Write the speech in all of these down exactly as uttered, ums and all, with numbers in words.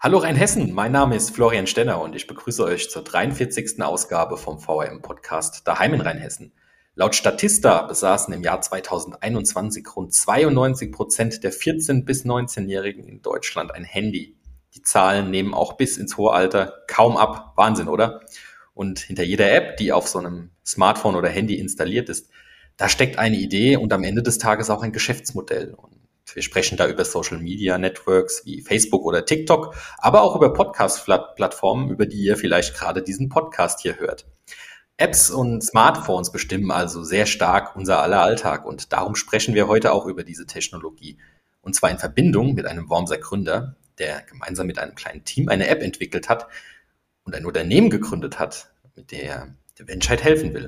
Hallo Rheinhessen, mein Name ist Florian Stenner und ich begrüße euch zur dreiundvierzigsten Ausgabe vom V R M-Podcast Daheim in Rheinhessen. Laut Statista besaßen im Jahr zweitausendeinundzwanzig rund zweiundneunzig Prozent der vierzehn- bis neunzehnjährigen in Deutschland ein Handy. Die Zahlen nehmen auch bis ins hohe Alter kaum ab. Wahnsinn, oder? Und hinter jeder App, die auf so einem Smartphone oder Handy installiert ist, da steckt eine Idee und am Ende des Tages auch ein Geschäftsmodell. Und wir sprechen da über Social Media Networks wie Facebook oder TikTok, aber auch über Podcast-Plattformen, über die ihr vielleicht gerade diesen Podcast hier hört. Apps und Smartphones bestimmen also sehr stark unser aller Alltag und darum sprechen wir heute auch über diese Technologie. Und zwar in Verbindung mit einem Wormser Gründer, der gemeinsam mit einem kleinen Team eine App entwickelt hat und ein Unternehmen gegründet hat, mit der er der Menschheit helfen will.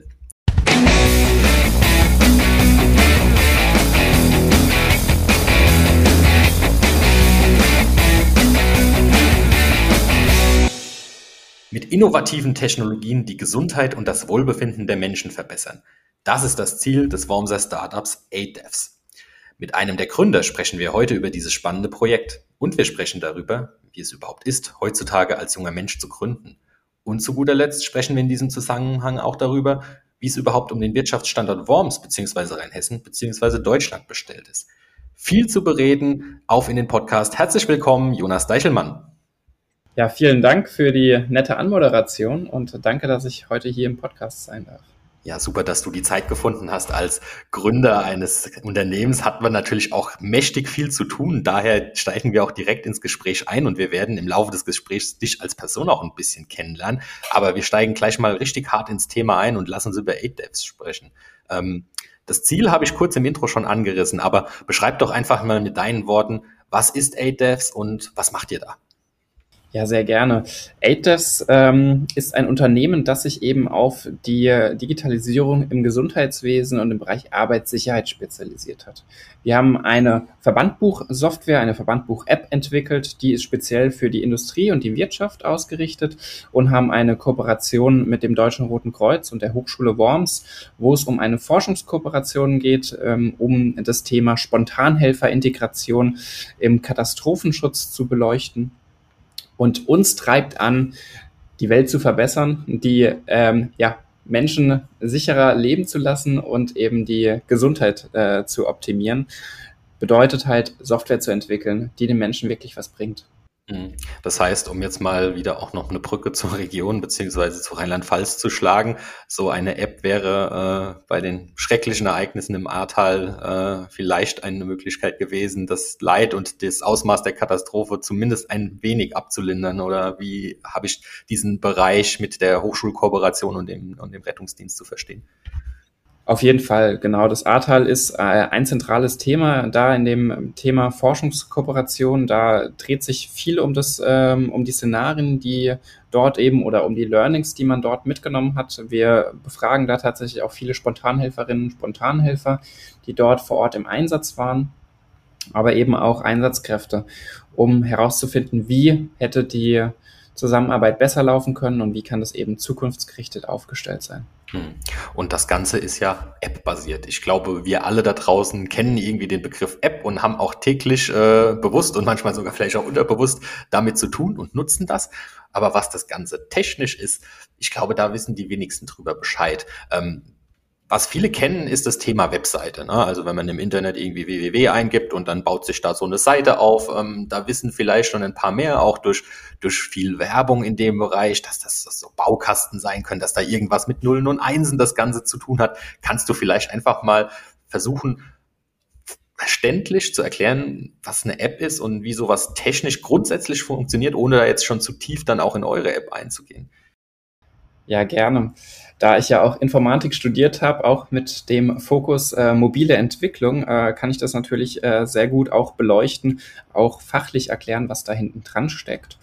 Mit innovativen Technologien die Gesundheit und das Wohlbefinden der Menschen verbessern. Das ist das Ziel des Wormser Startups AidDevs. Mit einem der Gründer sprechen wir heute über dieses spannende Projekt. Und wir sprechen darüber, wie es überhaupt ist, heutzutage als junger Mensch zu gründen. Und zu guter Letzt sprechen wir in diesem Zusammenhang auch darüber, wie es überhaupt um den Wirtschaftsstandort Worms bzw. Rheinhessen bzw. Deutschland bestellt ist. Viel zu bereden, auf in den Podcast. Herzlich willkommen, Jonas Deichelmann. Ja, vielen Dank für die nette Anmoderation und danke, dass ich heute hier im Podcast sein darf. Ja, super, dass du die Zeit gefunden hast. Als Gründer eines Unternehmens hat man natürlich auch mächtig viel zu tun. Daher steigen wir auch direkt ins Gespräch ein und wir werden im Laufe des Gesprächs dich als Person auch ein bisschen kennenlernen. Aber wir steigen gleich mal richtig hart ins Thema ein und lassen uns über AidDevs sprechen. Ähm, das Ziel habe ich kurz im Intro schon angerissen, aber beschreib doch einfach mal mit deinen Worten, was ist AidDevs und was macht ihr da? Ja, sehr gerne. AidDevs ähm, ist ein Unternehmen, das sich eben auf die Digitalisierung im Gesundheitswesen und im Bereich Arbeitssicherheit spezialisiert hat. Wir haben eine Verbandbuch-Software, eine Verbandbuch-App entwickelt, die ist speziell für die Industrie und die Wirtschaft ausgerichtet und haben eine Kooperation mit dem Deutschen Roten Kreuz und der Hochschule Worms, wo es um eine Forschungskooperation geht, ähm, um das Thema Spontanhelferintegration im Katastrophenschutz zu beleuchten. Und uns treibt an, die Welt zu verbessern, die ähm, ja, Menschen sicherer leben zu lassen und eben die Gesundheit äh, zu optimieren. Bedeutet halt, Software zu entwickeln, die den Menschen wirklich was bringt. Das heißt, um jetzt mal wieder auch noch eine Brücke zur Region beziehungsweise zu Rheinland-Pfalz zu schlagen, so eine App wäre äh, bei den schrecklichen Ereignissen im Ahrtal äh, vielleicht eine Möglichkeit gewesen, das Leid und das Ausmaß der Katastrophe zumindest ein wenig abzulindern. Oder wie habe ich diesen Bereich mit der Hochschulkooperation und dem, und dem Rettungsdienst zu verstehen? Auf jeden Fall, genau. Das Ahrtal ist äh, ein zentrales Thema da in dem Thema Forschungskooperation. Da dreht sich viel um das, ähm, um die Szenarien, die dort eben oder um die Learnings, die man dort mitgenommen hat. Wir befragen da tatsächlich auch viele Spontanhelferinnen und Spontanhelfer, die dort vor Ort im Einsatz waren, aber eben auch Einsatzkräfte, um herauszufinden, wie hätte die Zusammenarbeit besser laufen können und wie kann das eben zukunftsgerichtet aufgestellt sein. Und das Ganze ist ja App-basiert. Ich glaube, wir alle da draußen kennen irgendwie den Begriff App und haben auch täglich äh, bewusst und manchmal sogar vielleicht auch unterbewusst damit zu tun und nutzen das. Aber was das Ganze technisch ist, ich glaube, da wissen die wenigsten drüber Bescheid. Ähm, Was viele kennen, ist das Thema Webseite. Ne? Also wenn man im Internet irgendwie w w w eingibt und dann baut sich da so eine Seite auf, ähm, da wissen vielleicht schon ein paar mehr, auch durch durch viel Werbung in dem Bereich, dass das, das so Baukasten sein können, dass da irgendwas mit Nullen und Einsen das Ganze zu tun hat. Kannst du vielleicht einfach mal versuchen, verständlich zu erklären, was eine App ist und wie sowas technisch grundsätzlich funktioniert, ohne da jetzt schon zu tief dann auch in eure App einzugehen? Ja, gerne. Da ich ja auch Informatik studiert habe, auch mit dem Fokus äh, mobile Entwicklung, äh, kann ich das natürlich äh, sehr gut auch beleuchten, auch fachlich erklären, was da hinten dran steckt.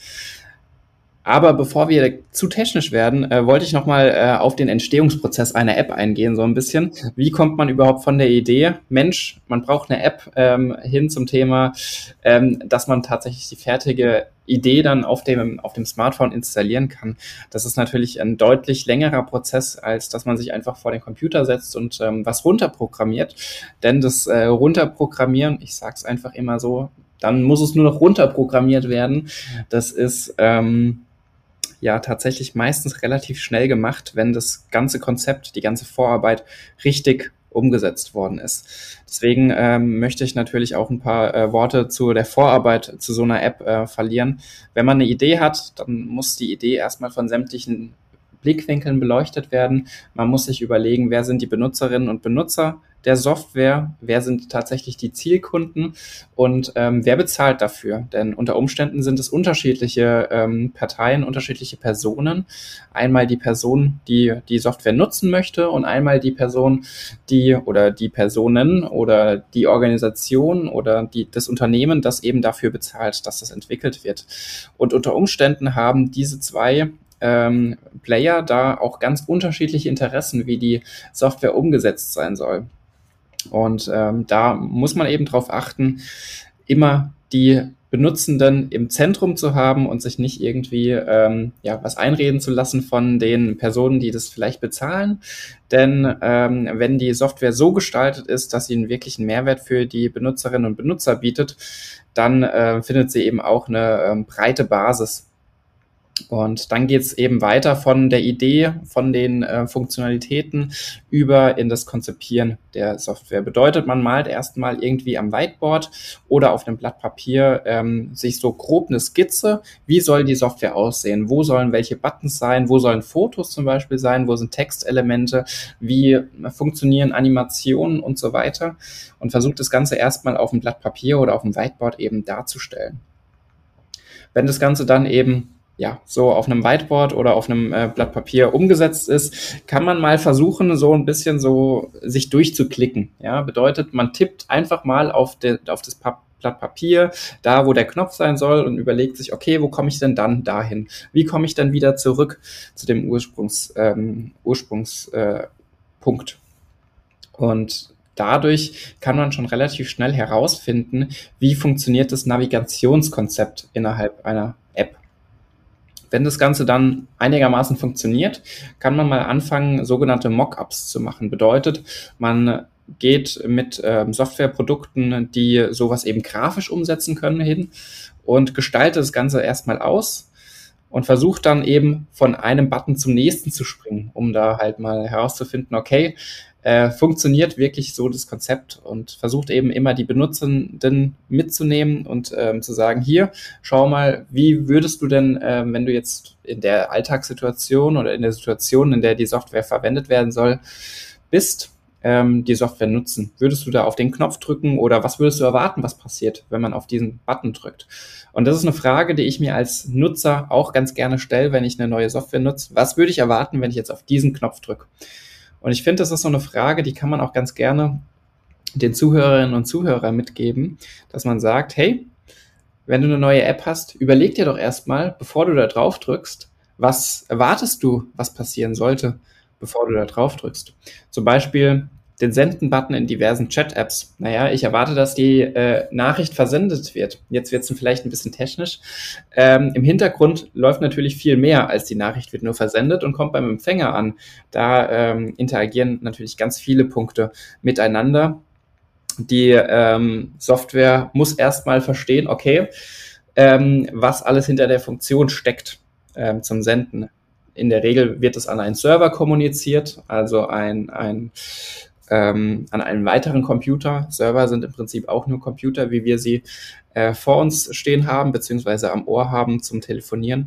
Aber bevor wir zu technisch werden, äh, wollte ich nochmal äh, auf den Entstehungsprozess einer App eingehen, so ein bisschen. Wie kommt man überhaupt von der Idee, Mensch, man braucht eine App, ähm, hin zum Thema, ähm, dass man tatsächlich die fertige Idee dann auf dem, auf dem Smartphone installieren kann. Das ist natürlich ein deutlich längerer Prozess, als dass man sich einfach vor den Computer setzt und ähm, was runterprogrammiert. Denn das äh, Runterprogrammieren, ich sage es einfach immer so, Dann muss es nur noch runterprogrammiert werden. Das ist ähm, ja tatsächlich meistens relativ schnell gemacht, wenn das ganze Konzept, die ganze Vorarbeit richtig umgesetzt worden ist. Deswegen ähm, möchte ich natürlich auch ein paar äh, Worte zu der Vorarbeit zu so einer App äh, verlieren. Wenn man eine Idee hat, dann muss die Idee erstmal von sämtlichen Blickwinkeln beleuchtet werden. Man muss sich überlegen, wer sind die Benutzerinnen und Benutzer der Software, wer sind tatsächlich die Zielkunden und ähm, wer bezahlt dafür. Denn unter Umständen sind es unterschiedliche ähm, Parteien, unterschiedliche Personen. Einmal die Person, die die Software nutzen möchte und einmal die Person, die oder die Personen oder die Organisation oder die, das Unternehmen, das eben dafür bezahlt, dass das entwickelt wird. Und unter Umständen haben diese zwei ähm, Player da auch ganz unterschiedliche Interessen, wie die Software umgesetzt sein soll. Und ähm, da muss man eben darauf achten, immer die Benutzenden im Zentrum zu haben und sich nicht irgendwie ähm, ja, was einreden zu lassen von den Personen, die das vielleicht bezahlen. Denn ähm, wenn die Software so gestaltet ist, dass sie einen wirklichen Mehrwert für die Benutzerinnen und Benutzer bietet, dann äh, findet sie eben auch eine ähm, breite Basis. Und dann geht's eben weiter von der Idee, von den äh, Funktionalitäten über in das Konzipieren der Software. Bedeutet, man malt erstmal irgendwie am Whiteboard oder auf einem Blatt Papier ähm, sich so grob eine Skizze, wie soll die Software aussehen, wo sollen welche Buttons sein, wo sollen Fotos zum Beispiel sein, wo sind Textelemente, wie funktionieren Animationen und so weiter und versucht das Ganze erstmal auf dem Blatt Papier oder auf dem Whiteboard eben darzustellen. Wenn das Ganze dann eben ja, so auf einem Whiteboard oder auf einem äh, Blatt Papier umgesetzt ist, kann man mal versuchen, so ein bisschen so sich durchzuklicken. Ja, bedeutet, man tippt einfach mal auf, de, auf das pa- Blatt Papier, da wo der Knopf sein soll und überlegt sich, okay, wo komme ich denn dann dahin? Wie komme ich dann wieder zurück zu dem Ursprungs, ähm, Ursprungspunkt? Äh, und dadurch kann man schon relativ schnell herausfinden, wie funktioniert das Navigationskonzept innerhalb einer App. Wenn das Ganze dann einigermaßen funktioniert, kann man mal anfangen, sogenannte Mockups zu machen. Bedeutet, man geht mit ähm, Softwareprodukten, die sowas eben grafisch umsetzen können, hin und gestaltet das Ganze erstmal aus und versucht dann eben von einem Button zum nächsten zu springen, um da halt mal herauszufinden, okay, Äh, funktioniert wirklich so das Konzept und versucht eben immer die Benutzenden mitzunehmen und ähm, zu sagen, hier, schau mal, wie würdest du denn, ähm, wenn du jetzt in der Alltagssituation oder in der Situation, in der die Software verwendet werden soll, bist, ähm, die Software nutzen? Würdest du da auf den Knopf drücken oder was würdest du erwarten, was passiert, wenn man auf diesen Button drückt? Und das ist eine Frage, die ich mir als Nutzer auch ganz gerne stelle, wenn ich eine neue Software nutze. Was würde ich erwarten, wenn ich jetzt auf diesen Knopf drücke? Und ich finde, das ist so eine Frage, die kann man auch ganz gerne den Zuhörerinnen und Zuhörern mitgeben, dass man sagt, hey, wenn du eine neue App hast, überleg dir doch erstmal, bevor du da drauf drückst, was erwartest du, was passieren sollte, bevor du da drauf drückst. Zum Beispiel den Senden-Button in diversen Chat-Apps. Naja, ich erwarte, dass die äh, Nachricht versendet wird. Jetzt wird es vielleicht ein bisschen technisch. Ähm, Im Hintergrund läuft natürlich viel mehr, als die Nachricht wird nur versendet und kommt beim Empfänger an. Da ähm, interagieren natürlich ganz viele Punkte miteinander. Die ähm, Software muss erstmal verstehen, okay, ähm, was alles hinter der Funktion steckt ähm, zum Senden. In der Regel wird es an einen Server kommuniziert, also ein, ein ähm, an einen weiteren Computer. Server sind im Prinzip auch nur Computer, wie wir sie äh, vor uns stehen haben, beziehungsweise am Ohr haben zum Telefonieren.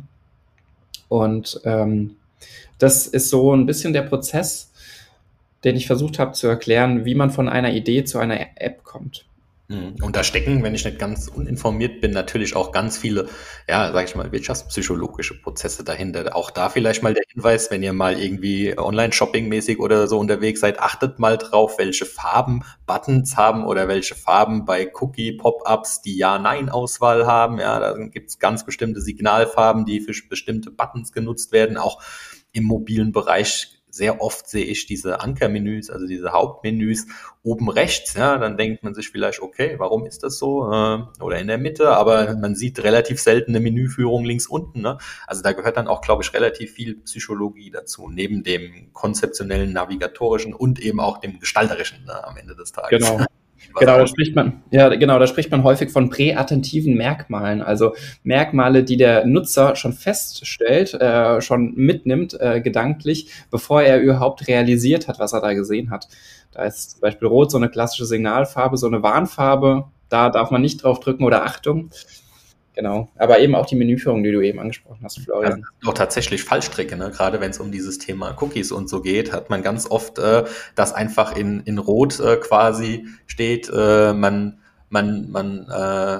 Und ähm, das ist so ein bisschen der Prozess, den ich versucht habe zu erklären, wie man von einer Idee zu einer App kommt. Und da stecken, wenn ich nicht ganz uninformiert bin, natürlich auch ganz viele, ja, sag ich mal, wirtschaftspsychologische Prozesse dahinter. Auch da vielleicht mal der Hinweis, wenn ihr mal irgendwie Online-Shopping-mäßig oder so unterwegs seid, achtet mal drauf, welche Farben Buttons haben oder welche Farben bei Cookie-Pop-Ups die Ja-Nein-Auswahl haben. Ja, da gibt's ganz bestimmte Signalfarben, die für bestimmte Buttons genutzt werden. Auch im mobilen Bereich sehr oft sehe ich diese Ankermenüs, also diese Hauptmenüs oben rechts. Ja, dann denkt man sich vielleicht, okay, warum ist das so? Äh, oder in der Mitte, aber man sieht relativ selten eine Menüführung links unten. Ne? Also da gehört dann auch, glaube ich, relativ viel Psychologie dazu, neben dem konzeptionellen, navigatorischen und eben auch dem gestalterischen, ne, am Ende des Tages. Genau. Genau, da spricht man, ja, genau, da spricht man häufig von präattentiven Merkmalen, also Merkmale, die der Nutzer schon feststellt, äh, schon mitnimmt, äh, gedanklich, bevor er überhaupt realisiert hat, was er da gesehen hat. Da ist zum Beispiel Rot so eine klassische Signalfarbe, so eine Warnfarbe, da darf man nicht drauf drücken oder Achtung. Genau, aber eben auch die Menüführung, die du eben angesprochen hast, Florian. Das ist auch tatsächlich Fallstricke, ne? Gerade wenn es um dieses Thema Cookies und so geht, hat man ganz oft, äh, dass einfach in, in Rot äh, quasi steht, äh, man, man, man äh,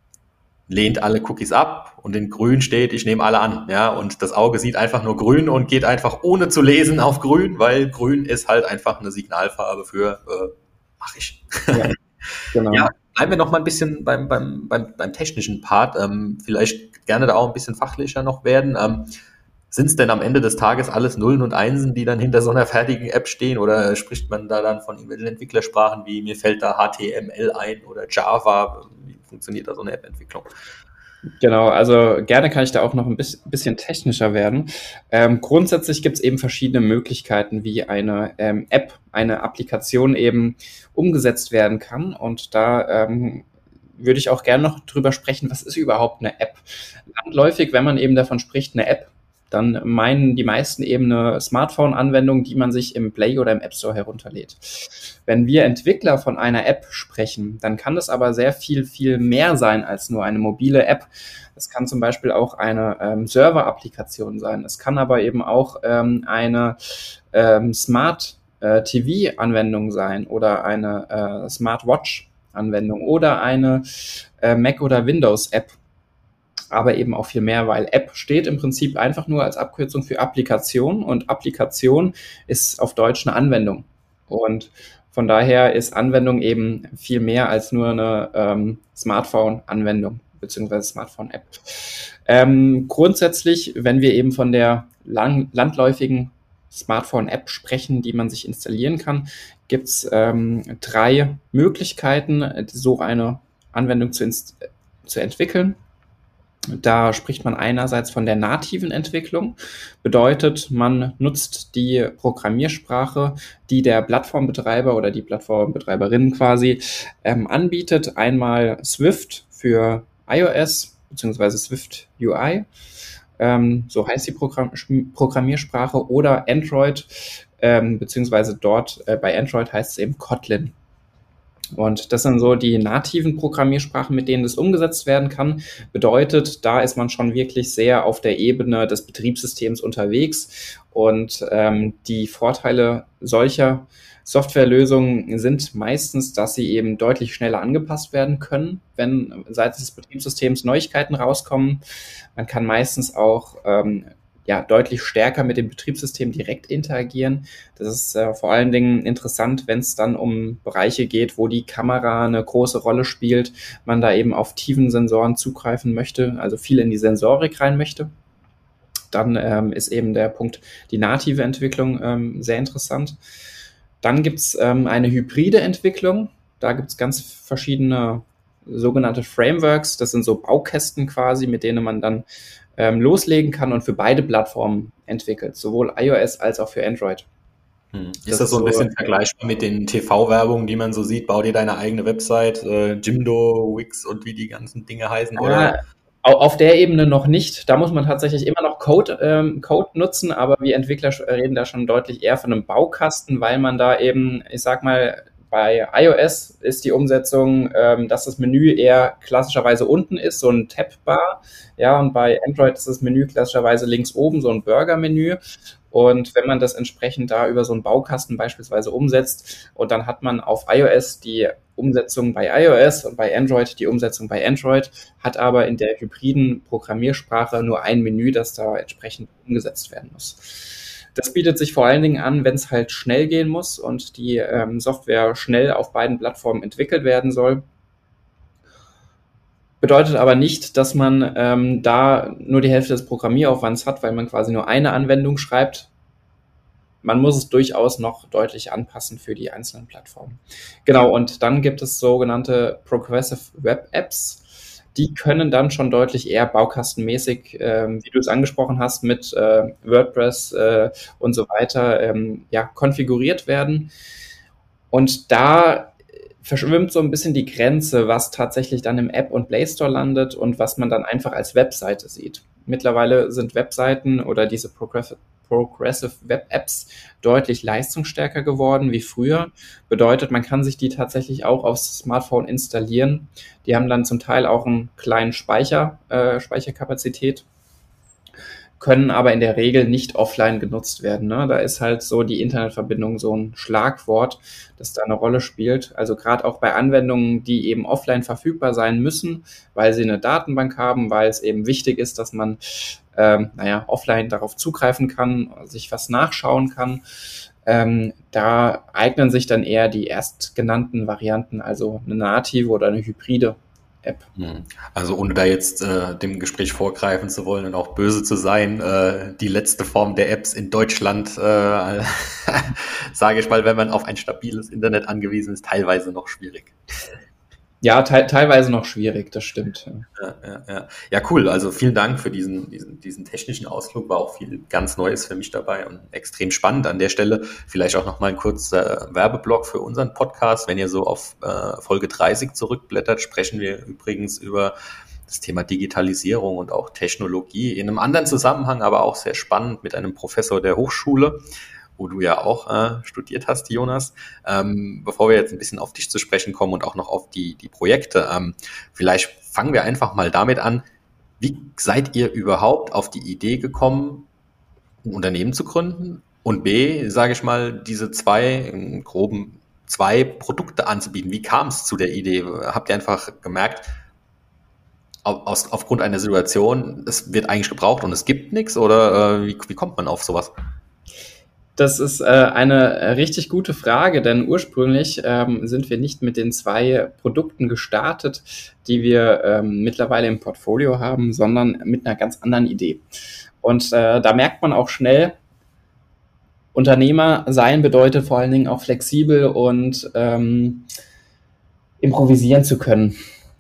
lehnt alle Cookies ab und in Grün steht, ich nehme alle an. Ja, und das Auge sieht einfach nur Grün und geht einfach ohne zu lesen auf Grün, weil Grün ist halt einfach eine Signalfarbe für äh, mach ich. Ja, genau. Ja, bleiben wir noch mal ein bisschen beim, beim, beim, beim technischen Part. Ähm, vielleicht gerne da auch ein bisschen fachlicher noch werden. Ähm, sind es denn am Ende des Tages alles Nullen und Einsen, die dann hinter so einer fertigen App stehen? Oder spricht man da dann von irgendwelchen Entwicklersprachen wie, mir fällt da H T M L ein oder Java? Wie funktioniert da so eine App-Entwicklung? Genau, also gerne kann ich da auch noch ein bisschen technischer werden. Ähm, grundsätzlich gibt es eben verschiedene Möglichkeiten, wie eine ähm, App, eine Applikation eben umgesetzt werden kann. Und da ähm, würde ich auch gerne noch drüber sprechen, was ist überhaupt eine App? Landläufig, wenn man eben davon spricht, eine App, dann meinen die meisten eben eine Smartphone-Anwendung, die man sich im Play oder im App Store herunterlädt. Wenn wir Entwickler von einer App sprechen, dann kann das aber sehr viel, viel mehr sein als nur eine mobile App. Es kann zum Beispiel auch eine ähm, Server-Applikation sein. Es kann aber eben auch ähm, eine ähm, Smart-T V-Anwendung sein oder eine äh, Smartwatch-Anwendung oder eine äh, Mac- oder Windows-App. Aber eben auch viel mehr, weil App steht im Prinzip einfach nur als Abkürzung für Applikation und Applikation ist auf Deutsch eine Anwendung. Und von daher ist Anwendung eben viel mehr als nur eine ähm, Smartphone-Anwendung beziehungsweise Smartphone-App. Ähm, grundsätzlich, wenn wir eben von der lang, landläufigen Smartphone-App sprechen, die man sich installieren kann, gibt es ähm, drei Möglichkeiten, so eine Anwendung zu, inst- zu entwickeln. Da spricht man einerseits von der nativen Entwicklung, bedeutet, man nutzt die Programmiersprache, die der Plattformbetreiber oder die Plattformbetreiberin quasi ähm, anbietet. Einmal Swift für iOS beziehungsweise Swift U I, ähm, so heißt die Programm- Programmiersprache, oder Android, ähm, beziehungsweise dort äh, bei Android heißt es eben Kotlin. Und das sind so die nativen Programmiersprachen, mit denen das umgesetzt werden kann. Bedeutet, da ist man schon wirklich sehr auf der Ebene des Betriebssystems unterwegs. Und ähm, die Vorteile solcher Softwarelösungen sind meistens, dass sie eben deutlich schneller angepasst werden können, wenn seitens des Betriebssystems Neuigkeiten rauskommen. Man kann meistens auch ähm, ja, deutlich stärker mit dem Betriebssystem direkt interagieren. Das ist äh, vor allen Dingen interessant, wenn es dann um Bereiche geht, wo die Kamera eine große Rolle spielt, man da eben auf Tiefensensoren zugreifen möchte, also viel in die Sensorik rein möchte. Dann ähm, ist eben der Punkt die native Entwicklung ähm, sehr interessant. Dann gibt es ähm, eine hybride Entwicklung. Da gibt es ganz verschiedene sogenannte Frameworks. Das sind so Baukästen quasi, mit denen man dann ähm, loslegen kann und für beide Plattformen entwickelt, sowohl iOS als auch für Android. Hm. Ist das, das so ein bisschen so vergleichbar mit den T V-Werbungen, die man so sieht? Bau dir deine eigene Website, äh, Jimdo, Wix und wie die ganzen Dinge heißen? Oder? Äh, auf der Ebene noch nicht. Da muss man tatsächlich immer noch Code, ähm, Code nutzen, aber wir Entwickler reden da schon deutlich eher von einem Baukasten, weil man da eben, ich sag mal, bei iOS ist die Umsetzung, ähm, dass das Menü eher klassischerweise unten ist, so ein Tab-Bar. Ja, und bei Android ist das Menü klassischerweise links oben, so ein Burger-Menü. Und wenn man das entsprechend da über so einen Baukasten beispielsweise umsetzt und dann hat man auf iOS die Umsetzung bei iOS und bei Android die Umsetzung bei Android, hat aber in der hybriden Programmiersprache nur ein Menü, das da entsprechend umgesetzt werden muss. Das bietet sich vor allen Dingen an, wenn es halt schnell gehen muss und die ähm, Software schnell auf beiden Plattformen entwickelt werden soll. Bedeutet aber nicht, dass man ähm, da nur die Hälfte des Programmieraufwands hat, weil man quasi nur eine Anwendung schreibt. Man muss es durchaus noch deutlich anpassen für die einzelnen Plattformen. Genau, und dann gibt es sogenannte Progressive Web Apps. Die können dann schon deutlich eher baukastenmäßig, ähm, wie du es angesprochen hast, mit äh, WordPress äh, und so weiter, ähm, ja, konfiguriert werden. Und da verschwimmt so ein bisschen die Grenze, was tatsächlich dann im App- und Play Store landet und was man dann einfach als Webseite sieht. Mittlerweile sind Webseiten oder diese Progressive, Progressive Web Apps deutlich leistungsstärker geworden wie früher. Bedeutet, man kann sich die tatsächlich auch aufs Smartphone installieren. Die haben dann zum Teil auch einen kleinen Speicher, äh, Speicherkapazität, können aber in der Regel nicht offline genutzt werden. Ne? Da ist halt so die Internetverbindung so ein Schlagwort, das da eine Rolle spielt. Also gerade auch bei Anwendungen, die eben offline verfügbar sein müssen, weil sie eine Datenbank haben, weil es eben wichtig ist, dass man ähm, naja, offline darauf zugreifen kann, sich was nachschauen kann. Ähm, da eignen sich dann eher die erstgenannten Varianten, also eine native oder eine hybride App. Also ohne da jetzt äh, dem Gespräch vorgreifen zu wollen und auch böse zu sein, äh, die letzte Form der Apps in Deutschland, äh, sage ich mal, wenn man auf ein stabiles Internet angewiesen ist, teilweise noch schwierig. Ja, te- teilweise noch schwierig, das stimmt. Ja, ja, ja. Ja, cool. Also vielen Dank für diesen, diesen, diesen technischen Ausflug. War auch viel ganz Neues für mich dabei und extrem spannend an der Stelle. Vielleicht auch noch mal ein kurzer Werbeblock für unseren Podcast. Wenn ihr so auf äh, Folge dreißig zurückblättert, sprechen wir übrigens über das Thema Digitalisierung und auch Technologie in einem anderen Zusammenhang, aber auch sehr spannend mit einem Professor der Hochschule, wo du ja auch äh, studiert hast, Jonas. Ähm, bevor wir jetzt ein bisschen auf dich zu sprechen kommen und auch noch auf die, die Projekte, ähm, vielleicht fangen wir einfach mal damit an. Wie seid ihr überhaupt auf die Idee gekommen, ein Unternehmen zu gründen? Und B, sage ich mal, diese zwei, im groben zwei Produkte anzubieten. Wie kam es zu der Idee? Habt ihr einfach gemerkt, aus, aufgrund einer Situation, es wird eigentlich gebraucht und es gibt nichts? Oder äh, wie, wie kommt man auf sowas? Das ist äh, eine richtig gute Frage, denn ursprünglich ähm, sind wir nicht mit den zwei Produkten gestartet, die wir ähm, mittlerweile im Portfolio haben, sondern mit einer ganz anderen Idee. Und äh, da merkt man auch schnell, Unternehmer sein bedeutet vor allen Dingen auch flexibel und ähm, improvisieren zu können.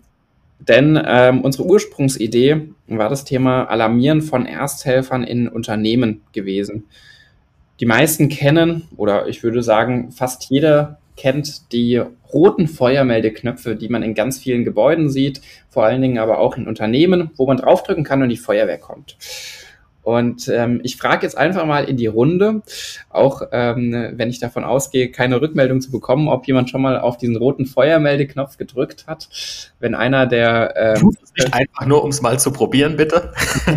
Denn ähm, unsere Ursprungsidee war das Thema Alarmieren von Ersthelfern in Unternehmen gewesen. Die meisten kennen, oder ich würde sagen, fast jeder kennt die roten Feuermeldeknöpfe, die man in ganz vielen Gebäuden sieht, vor allen Dingen aber auch in Unternehmen, wo man draufdrücken kann und die Feuerwehr kommt. Und ähm, ich frage jetzt einfach mal in die Runde, auch ähm, wenn ich davon ausgehe, keine Rückmeldung zu bekommen, ob jemand schon mal auf diesen roten Feuermeldeknopf gedrückt hat. Wenn einer der... Ähm, Tut es nicht einfach nur, um es mal zu probieren, bitte.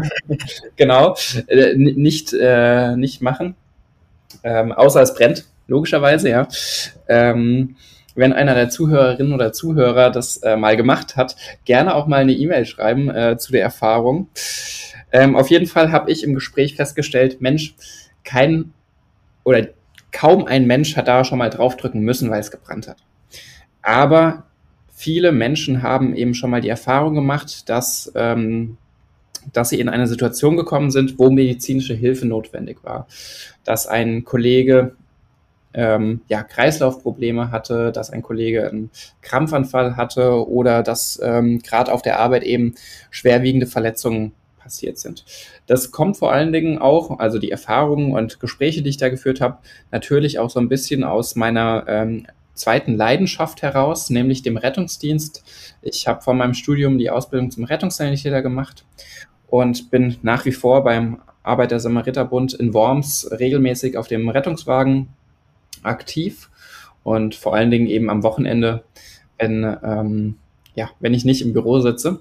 Genau, äh, n- nicht, äh, nicht machen. Ähm, außer es brennt, logischerweise, ja. Ähm, wenn einer der Zuhörerinnen oder Zuhörer das äh, mal gemacht hat, gerne auch mal eine E-Mail schreiben äh, zu der Erfahrung. Ähm, auf jeden Fall habe ich im Gespräch festgestellt, Mensch, kein oder kaum ein Mensch hat da schon mal draufdrücken müssen, weil es gebrannt hat. Aber viele Menschen haben eben schon mal die Erfahrung gemacht, dass ähm, dass sie in eine Situation gekommen sind, wo medizinische Hilfe notwendig war. Dass ein Kollege ähm, ja, Kreislaufprobleme hatte, dass ein Kollege einen Krampfanfall hatte oder dass ähm, gerade auf der Arbeit eben schwerwiegende Verletzungen passiert sind. Das kommt vor allen Dingen auch, also die Erfahrungen und Gespräche, die ich da geführt habe, natürlich auch so ein bisschen aus meiner ähm, zweiten Leidenschaft heraus, nämlich dem Rettungsdienst. Ich habe vor meinem Studium die Ausbildung zum Rettungssanitäter gemacht und bin nach wie vor beim Arbeiter-Samariter-Bund in Worms regelmäßig auf dem Rettungswagen aktiv und vor allen Dingen eben am Wochenende, wenn, ähm, ja, wenn ich nicht im Büro sitze.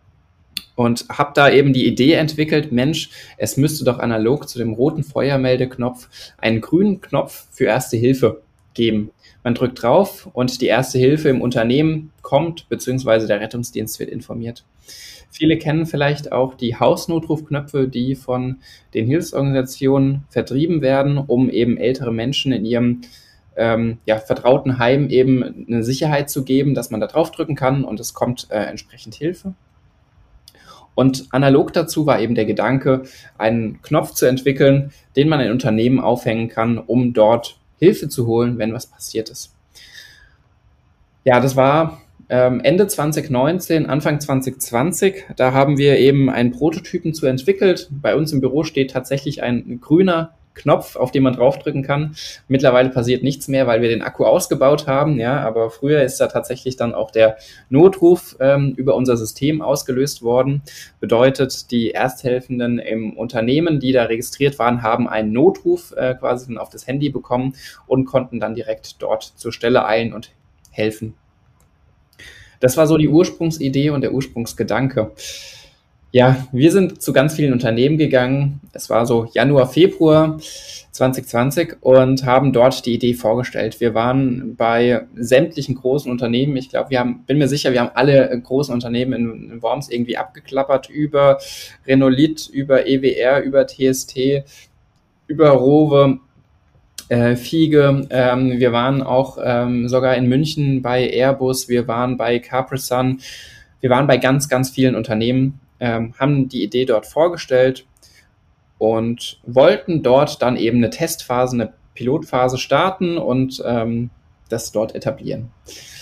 Und habe da eben die Idee entwickelt, Mensch, es müsste doch analog zu dem roten Feuermeldeknopf einen grünen Knopf für Erste Hilfe geben. Man drückt drauf und die Erste Hilfe im Unternehmen kommt, beziehungsweise der Rettungsdienst wird informiert. Viele kennen vielleicht auch die Hausnotrufknöpfe, die von den Hilfsorganisationen vertrieben werden, um eben ältere Menschen in ihrem ähm, ja, vertrauten Heim eben eine Sicherheit zu geben, dass man da draufdrücken kann und es kommt äh, entsprechend Hilfe. Und analog dazu war eben der Gedanke, einen Knopf zu entwickeln, den man in Unternehmen aufhängen kann, um dort Hilfe zu holen, wenn was passiert ist. Ja, das war ähm, Ende zwanzig neunzehn, Anfang zwanzig zwanzig. Da haben wir eben einen Prototypen zu entwickelt. Bei uns im Büro steht tatsächlich ein grüner Knopf, auf den man draufdrücken kann. Mittlerweile passiert nichts mehr, weil wir den Akku ausgebaut haben, ja, aber früher ist da tatsächlich dann auch der Notruf ähm, über unser System ausgelöst worden. Bedeutet, die Ersthelfenden im Unternehmen, die da registriert waren, haben einen Notruf äh, quasi dann auf das Handy bekommen und konnten dann direkt dort zur Stelle eilen und helfen. Das war so die Ursprungsidee und der Ursprungsgedanke. Ja, wir sind zu ganz vielen Unternehmen gegangen. Es war so Januar, Februar zwanzig zwanzig und haben dort die Idee vorgestellt. Wir waren bei sämtlichen großen Unternehmen. Ich glaube, wir haben, bin mir sicher, wir haben alle großen Unternehmen in, in Worms irgendwie abgeklappert, über Renolith, über E W R, über T S T, über Rowe, äh, Fiege. Ähm, wir waren auch ähm, sogar in München bei Airbus. Wir waren bei Capri-Sun. Wir waren bei ganz, ganz vielen Unternehmen. Ähm, haben die Idee dort vorgestellt und wollten dort dann eben eine Testphase, eine Pilotphase starten und ähm, das dort etablieren.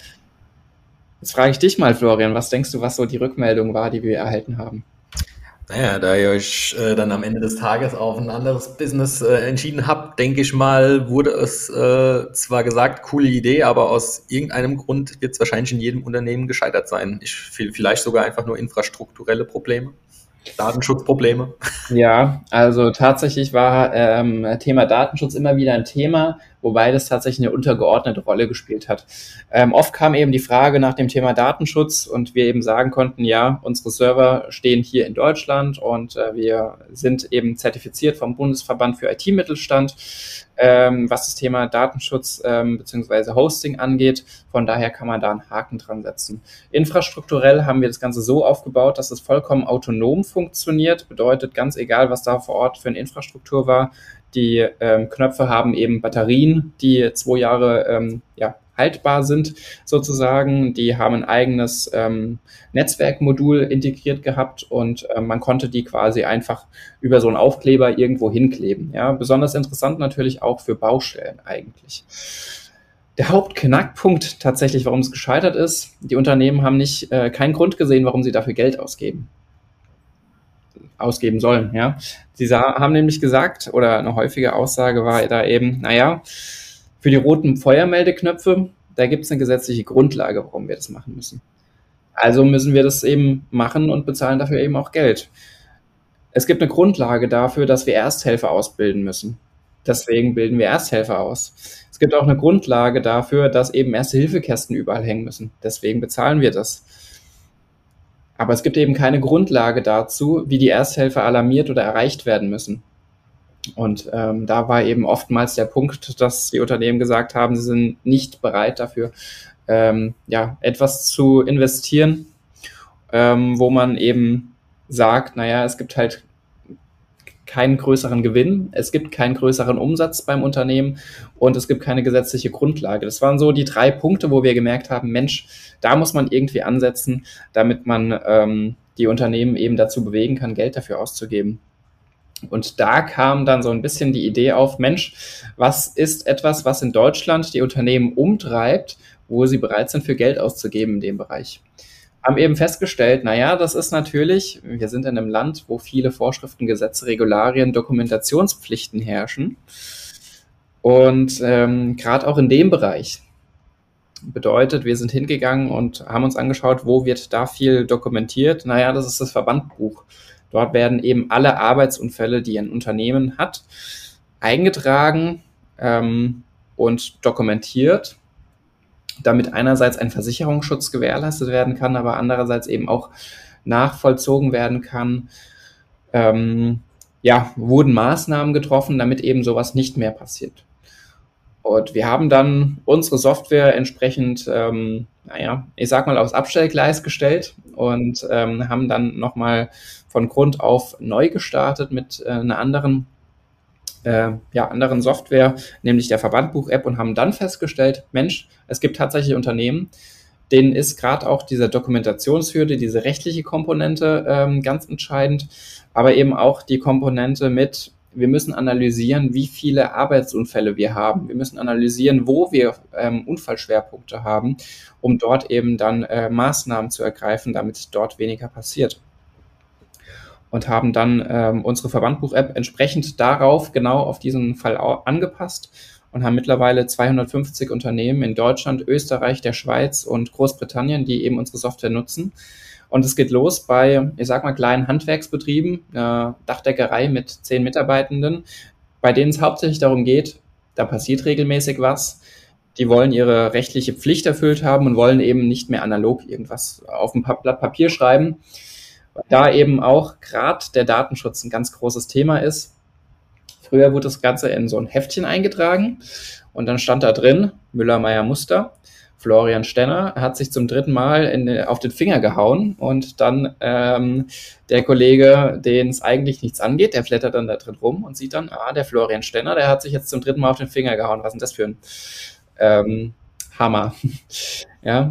Jetzt frage ich dich mal, Florian, was denkst du, was so die Rückmeldung war, die wir erhalten haben? Naja, da ihr euch äh, dann am Ende des Tages auf ein anderes Business äh, entschieden habt, denke ich mal, wurde es äh, zwar gesagt, coole Idee, aber aus irgendeinem Grund wird es wahrscheinlich in jedem Unternehmen gescheitert sein. Ich, vielleicht sogar einfach nur infrastrukturelle Probleme, Datenschutzprobleme. Ja, also tatsächlich war ähm, Thema Datenschutz immer wieder ein Thema, wobei das tatsächlich eine untergeordnete Rolle gespielt hat. Ähm, oft kam eben die Frage nach dem Thema Datenschutz und wir eben sagen konnten, ja, unsere Server stehen hier in Deutschland und äh, wir sind eben zertifiziert vom Bundesverband für I T-Mittelstand, ähm, was das Thema Datenschutz ähm, bzw. Hosting angeht. Von daher kann man da einen Haken dran setzen. Infrastrukturell haben wir das Ganze so aufgebaut, dass es vollkommen autonom funktioniert. Bedeutet, ganz egal, was da vor Ort für eine Infrastruktur war, die ähm, Knöpfe haben eben Batterien, die zwei Jahre ähm, ja, haltbar sind sozusagen. Die haben ein eigenes ähm, Netzwerkmodul integriert gehabt und äh, man konnte die quasi einfach über so einen Aufkleber irgendwo hinkleben. Ja, besonders interessant natürlich auch für Baustellen eigentlich. Der Hauptknackpunkt tatsächlich, warum es gescheitert ist, die Unternehmen haben nicht äh, keinen Grund gesehen, warum sie dafür Geld ausgeben. ausgeben sollen, ja. Sie haben nämlich gesagt, oder eine häufige Aussage war da eben, naja, für die roten Feuermeldeknöpfe, da gibt es eine gesetzliche Grundlage, warum wir das machen müssen. Also müssen wir das eben machen und bezahlen dafür eben auch Geld. Es gibt eine Grundlage dafür, dass wir Ersthelfer ausbilden müssen. Deswegen bilden wir Ersthelfer aus. Es gibt auch eine Grundlage dafür, dass eben Erste-Hilfe-Kästen überall hängen müssen. Deswegen bezahlen wir das. Aber es gibt eben keine Grundlage dazu, wie die Ersthelfer alarmiert oder erreicht werden müssen. Und ähm, da war eben oftmals der Punkt, dass die Unternehmen gesagt haben, sie sind nicht bereit dafür, ähm, ja, etwas zu investieren, ähm, wo man eben sagt, naja, es gibt halt keinen größeren Gewinn, es gibt keinen größeren Umsatz beim Unternehmen und es gibt keine gesetzliche Grundlage. Das waren so die drei Punkte, wo wir gemerkt haben, Mensch, da muss man irgendwie ansetzen, damit man ähm, die Unternehmen eben dazu bewegen kann, Geld dafür auszugeben. Und da kam dann so ein bisschen die Idee auf, Mensch, was ist etwas, was in Deutschland die Unternehmen umtreibt, wo sie bereit sind, für Geld auszugeben in dem Bereich? Haben eben festgestellt, naja, das ist natürlich, wir sind in einem Land, wo viele Vorschriften, Gesetze, Regularien, Dokumentationspflichten herrschen. Und ähm, gerade auch in dem Bereich bedeutet, wir sind hingegangen und haben uns angeschaut, wo wird da viel dokumentiert. Naja, das ist das Verbandbuch. Dort werden eben alle Arbeitsunfälle, die ein Unternehmen hat, eingetragen ähm, und dokumentiert, damit einerseits ein Versicherungsschutz gewährleistet werden kann, aber andererseits eben auch nachvollzogen werden kann. Ähm, ja, wurden Maßnahmen getroffen, damit eben sowas nicht mehr passiert. Und wir haben dann unsere Software entsprechend, ähm, naja, ich sag mal, aufs Abstellgleis gestellt und ähm, haben dann nochmal von Grund auf neu gestartet mit äh, einer anderen Äh, ja, anderen Software, nämlich der Verbandbuch-App und haben dann festgestellt, Mensch, es gibt tatsächlich Unternehmen, denen ist gerade auch diese Dokumentationshürde, diese rechtliche Komponente ähm, ganz entscheidend, aber eben auch die Komponente mit, wir müssen analysieren, wie viele Arbeitsunfälle wir haben. Wir müssen analysieren, wo wir ähm, Unfallschwerpunkte haben, um dort eben dann äh, Maßnahmen zu ergreifen, damit dort weniger passiert. und haben dann ähm, unsere Verbandbuch-App entsprechend darauf, genau auf diesen Fall angepasst und haben mittlerweile zweihundertfünfzig Unternehmen in Deutschland, Österreich, der Schweiz und Großbritannien, die eben unsere Software nutzen. Und es geht los bei, ich sag mal, kleinen Handwerksbetrieben, äh, Dachdeckerei mit zehn Mitarbeitenden, bei denen es hauptsächlich darum geht, da passiert regelmäßig was. Die wollen ihre rechtliche Pflicht erfüllt haben und wollen eben nicht mehr analog irgendwas auf ein Blatt Papier schreiben. Da eben auch gerade der Datenschutz ein ganz großes Thema ist. Früher wurde das Ganze in so ein Heftchen eingetragen und dann stand da drin, Müller-Meyer-Muster. Florian Stenner hat sich zum dritten Mal in, auf den Finger gehauen und dann ähm, der Kollege, den es eigentlich nichts angeht, der flattert dann da drin rum und sieht dann, ah, der Florian Stenner, der hat sich jetzt zum dritten Mal auf den Finger gehauen. Was ist denn das für ein ähm, Hammer? Ja.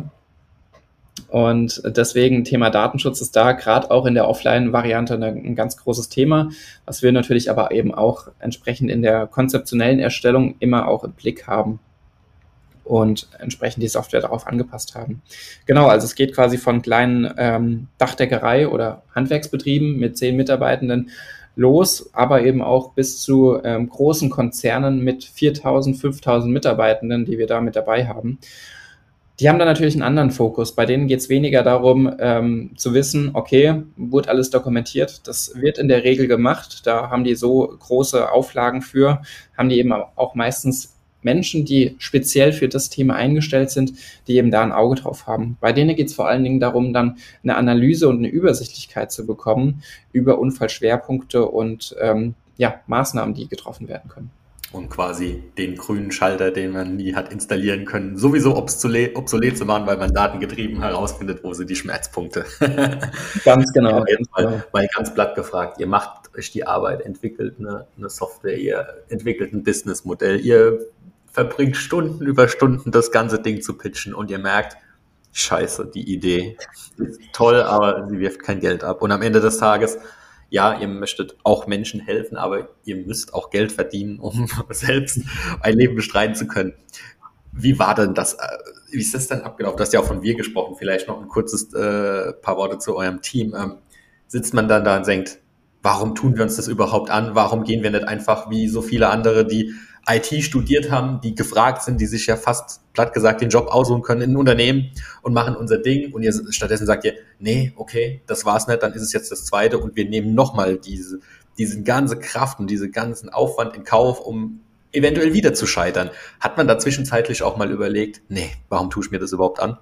Und deswegen Thema Datenschutz ist da gerade auch in der Offline-Variante ein ganz großes Thema, was wir natürlich aber eben auch entsprechend in der konzeptionellen Erstellung immer auch im Blick haben und entsprechend die Software darauf angepasst haben. Genau, also es geht quasi von kleinen ähm, Dachdeckerei- oder Handwerksbetrieben mit zehn Mitarbeitenden los, aber eben auch bis zu ähm, großen Konzernen mit viertausend, fünftausend Mitarbeitenden, die wir da mit dabei haben. Die haben da natürlich einen anderen Fokus. Bei denen geht es weniger darum, ähm, zu wissen, okay, wurde alles dokumentiert. Das wird in der Regel gemacht. Da haben die so große Auflagen für, haben die eben auch meistens Menschen, die speziell für das Thema eingestellt sind, die eben da ein Auge drauf haben. Bei denen geht es vor allen Dingen darum, dann eine Analyse und eine Übersichtlichkeit zu bekommen über Unfallschwerpunkte und ähm, ja, Maßnahmen, die getroffen werden können. Und quasi den grünen Schalter, den man nie hat installieren können, sowieso obsolet, obsolet zu machen, weil man datengetrieben herausfindet, wo sind die Schmerzpunkte. Ganz genau. Ja, jetzt mal, mal ganz platt gefragt, ihr macht euch die Arbeit, entwickelt eine, eine Software, ihr entwickelt ein Businessmodell, ihr verbringt Stunden über Stunden das ganze Ding zu pitchen und ihr merkt, scheiße, die Idee ist toll, aber sie wirft kein Geld ab. Und am Ende des Tages, ja, ihr möchtet auch Menschen helfen, aber ihr müsst auch Geld verdienen, um selbst ein Leben bestreiten zu können. Wie war denn das? Wie ist das denn abgelaufen? Du hast ja auch von wir gesprochen. Vielleicht noch ein kurzes äh, paar Worte zu eurem Team. Ähm, sitzt man dann da und denkt, warum tun wir uns das überhaupt an? Warum gehen wir nicht einfach wie so viele andere, die I T studiert haben, die gefragt sind, die sich ja fast platt gesagt den Job aussuchen können in ein Unternehmen und machen unser Ding und ihr stattdessen sagt ihr, nee, okay, das war's nicht, dann ist es jetzt das zweite und wir nehmen nochmal diese, diese ganze Kraft und diese ganzen Aufwand in Kauf, um eventuell wieder zu scheitern. Hat man da zwischenzeitlich auch mal überlegt, nee, warum tue ich mir das überhaupt an?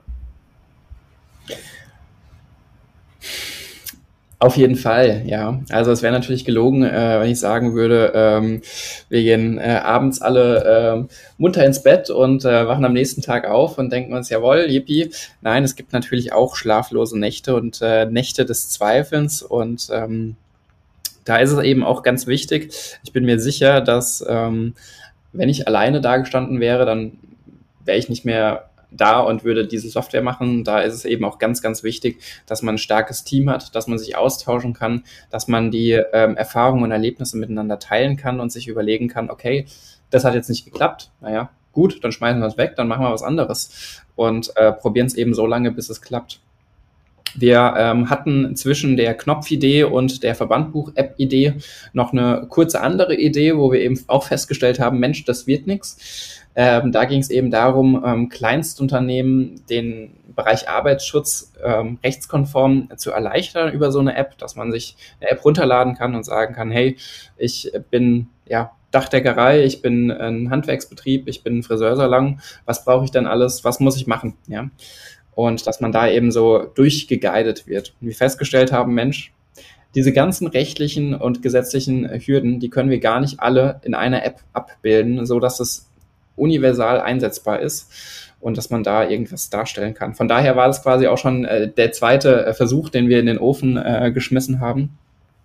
Auf jeden Fall, ja. Also es wäre natürlich gelogen, äh, wenn ich sagen würde, ähm, wir gehen äh, abends alle äh, munter ins Bett und äh, wachen am nächsten Tag auf und denken uns, jawohl, yippie. Nein, es gibt natürlich auch schlaflose Nächte und äh, Nächte des Zweifelns und ähm, da ist es eben auch ganz wichtig. Ich bin mir sicher, dass ähm, wenn ich alleine dagestanden wäre, dann wäre ich nicht mehr da und würde diese Software machen. Da ist es eben auch ganz, ganz wichtig, dass man ein starkes Team hat, dass man sich austauschen kann, dass man die ähm, Erfahrungen und Erlebnisse miteinander teilen kann und sich überlegen kann, okay, das hat jetzt nicht geklappt, naja, gut, dann schmeißen wir es weg, dann machen wir was anderes und äh, probieren es eben so lange, bis es klappt. Wir ähm, hatten zwischen der Knopfidee und der Verbandbuch-App-Idee noch eine kurze andere Idee, wo wir eben auch festgestellt haben, Mensch, das wird nichts. Ähm, da ging es eben darum, ähm, Kleinstunternehmen den Bereich Arbeitsschutz ähm, rechtskonform zu erleichtern über so eine App, dass man sich eine App runterladen kann und sagen kann, hey, ich bin ja Dachdeckerei, ich bin ein Handwerksbetrieb, ich bin ein Friseursalon, was brauche ich denn alles, was muss ich machen, ja? Und dass man da eben so durchgeguidet wird. Und wir festgestellt haben, Mensch, diese ganzen rechtlichen und gesetzlichen Hürden, die können wir gar nicht alle in einer App abbilden, so dass es universal einsetzbar ist und dass man da irgendwas darstellen kann. Von daher war das quasi auch schon äh, der zweite äh, Versuch, den wir in den Ofen äh, geschmissen haben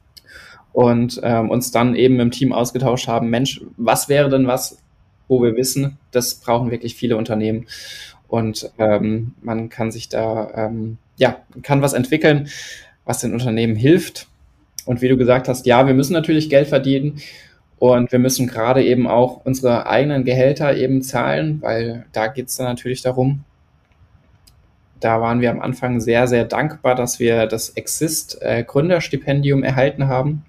und ähm, uns dann eben im Team ausgetauscht haben, Mensch, was wäre denn was, wo wir wissen, das brauchen wirklich viele Unternehmen und ähm, man kann sich da, ähm, ja, kann was entwickeln, was den Unternehmen hilft. Und wie du gesagt hast, ja, wir müssen natürlich Geld verdienen und wir müssen gerade eben auch unsere eigenen Gehälter eben zahlen, weil da geht es dann natürlich darum. Da waren wir am Anfang sehr, sehr dankbar, dass wir das Exist äh, Gründerstipendium erhalten haben,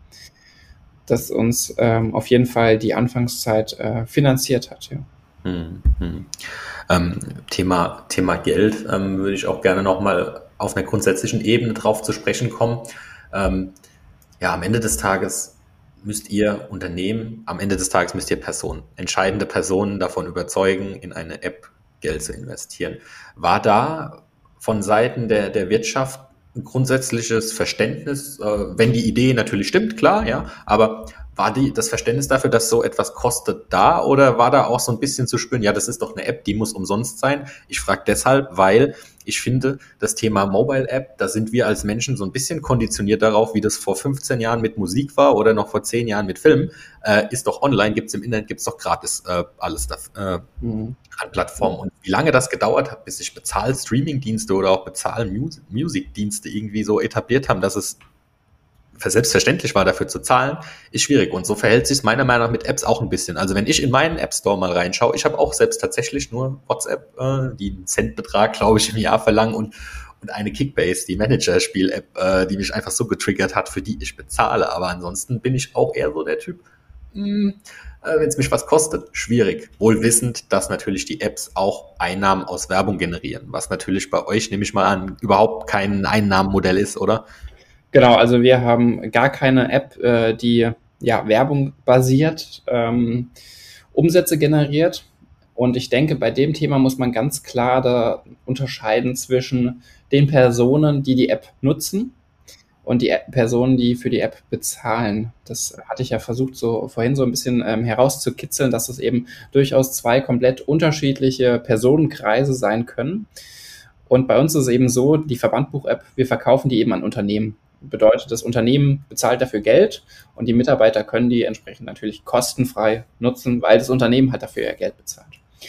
das uns ähm, auf jeden Fall die Anfangszeit äh, finanziert hat. Ja. Hm, hm. Ähm, Thema, Thema Geld ähm, würde ich auch gerne nochmal auf einer grundsätzlichen Ebene drauf zu sprechen kommen. Ähm, ja, am Ende des Tages müsst ihr Unternehmen, am Ende des Tages müsst ihr Personen, entscheidende Personen davon überzeugen, in eine App Geld zu investieren. War da von Seiten der, der Wirtschaft ein grundsätzliches Verständnis, äh, wenn die Idee natürlich stimmt, klar, ja, aber war die, das Verständnis dafür, dass so etwas kostet, da, oder war da auch so ein bisschen zu spüren, ja, das ist doch eine App, die muss umsonst sein? Ich frage deshalb, weil ich finde, das Thema Mobile App, da sind wir als Menschen so ein bisschen konditioniert darauf, wie das vor fünfzehn Jahren mit Musik war oder noch vor zehn Jahren mit Film. Äh, ist doch online, gibt's im Internet, gibt's doch gratis äh, alles da, äh, mhm. an Plattformen. Und wie lange das gedauert hat, bis sich bezahl Streaming-Dienste oder auch bezahl Music-Dienste irgendwie so etabliert haben, dass es selbstverständlich war, dafür zu zahlen, ist schwierig. Und so verhält sich es meiner Meinung nach mit Apps auch ein bisschen. Also wenn ich in meinen App Store mal reinschaue, ich habe auch selbst tatsächlich nur WhatsApp, äh, die einen Centbetrag, glaube ich, im Jahr verlangen, und, und eine Kickbase, die Manager-Spiel-App, äh, die mich einfach so getriggert hat, für die ich bezahle. Aber ansonsten bin ich auch eher so der Typ, mh, äh, wenn es mich was kostet, schwierig. Wohl wissend, dass natürlich die Apps auch Einnahmen aus Werbung generieren, was natürlich bei euch, nehme ich mal an, überhaupt kein Einnahmenmodell ist, oder? Genau, also wir haben gar keine App, äh, die ja Werbung basiert ähm, Umsätze generiert. Und ich denke, bei dem Thema muss man ganz klar da unterscheiden zwischen den Personen, die die App nutzen, und die App- Personen, die für die App bezahlen. Das hatte ich ja versucht, so vorhin so ein bisschen ähm, herauszukitzeln, dass es eben durchaus zwei komplett unterschiedliche Personenkreise sein können. Und bei uns ist es eben so, die Verbandbuch-App, wir verkaufen die eben an Unternehmen. Bedeutet, das Unternehmen bezahlt dafür Geld und die Mitarbeiter können die entsprechend natürlich kostenfrei nutzen, weil das Unternehmen halt dafür ja Geld bezahlt.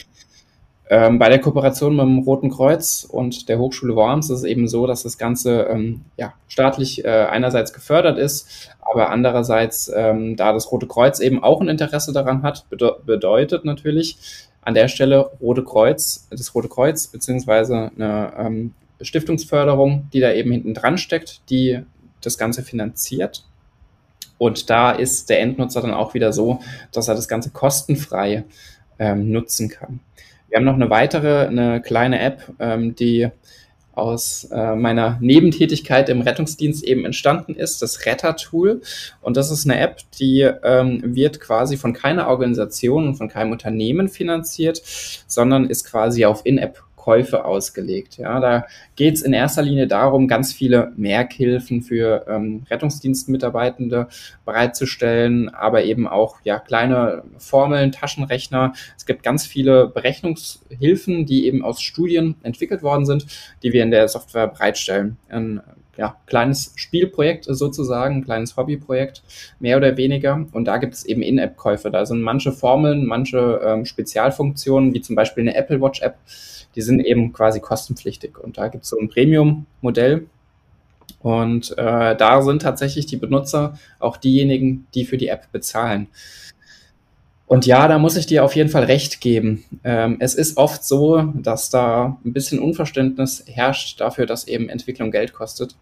Ähm, bei der Kooperation mit dem Roten Kreuz und der Hochschule Worms ist es eben so, dass das Ganze ähm, ja, staatlich äh, einerseits gefördert ist, aber andererseits, ähm, da das Rote Kreuz eben auch ein Interesse daran hat, bede- bedeutet natürlich an der Stelle Rote Kreuz, das Rote Kreuz beziehungsweise eine ähm, Stiftungsförderung, die da eben hinten dran steckt, die das Ganze finanziert. Und da ist der Endnutzer dann auch wieder so, dass er das Ganze kostenfrei ähm, nutzen kann. Wir haben noch eine weitere, eine kleine App, ähm, die aus äh, meiner Nebentätigkeit im Rettungsdienst eben entstanden ist, das Retter-Tool. Und das ist eine App, die ähm, wird quasi von keiner Organisation und von keinem Unternehmen finanziert, sondern ist quasi auf In-App-Käufe ausgelegt. Ja, da geht es in erster Linie darum, ganz viele Merkhilfen für ähm, Rettungsdienstmitarbeitende bereitzustellen, aber eben auch ja kleine Formeln, Taschenrechner. Es gibt ganz viele Berechnungshilfen, die eben aus Studien entwickelt worden sind, die wir in der Software bereitstellen. Ein ja, kleines Spielprojekt sozusagen, ein kleines Hobbyprojekt, mehr oder weniger. Und da gibt es eben In-App-Käufe. Da sind manche Formeln, manche ähm, Spezialfunktionen, wie zum Beispiel eine Apple Watch-App, die sind eben quasi kostenpflichtig. Und da gibt es so ein Premium-Modell. Und äh, da sind tatsächlich die Benutzer auch diejenigen, die für die App bezahlen. Und ja, da muss ich dir auf jeden Fall recht geben. Ähm, es ist oft so, dass da ein bisschen Unverständnis herrscht dafür, dass eben Entwicklung Geld kostet.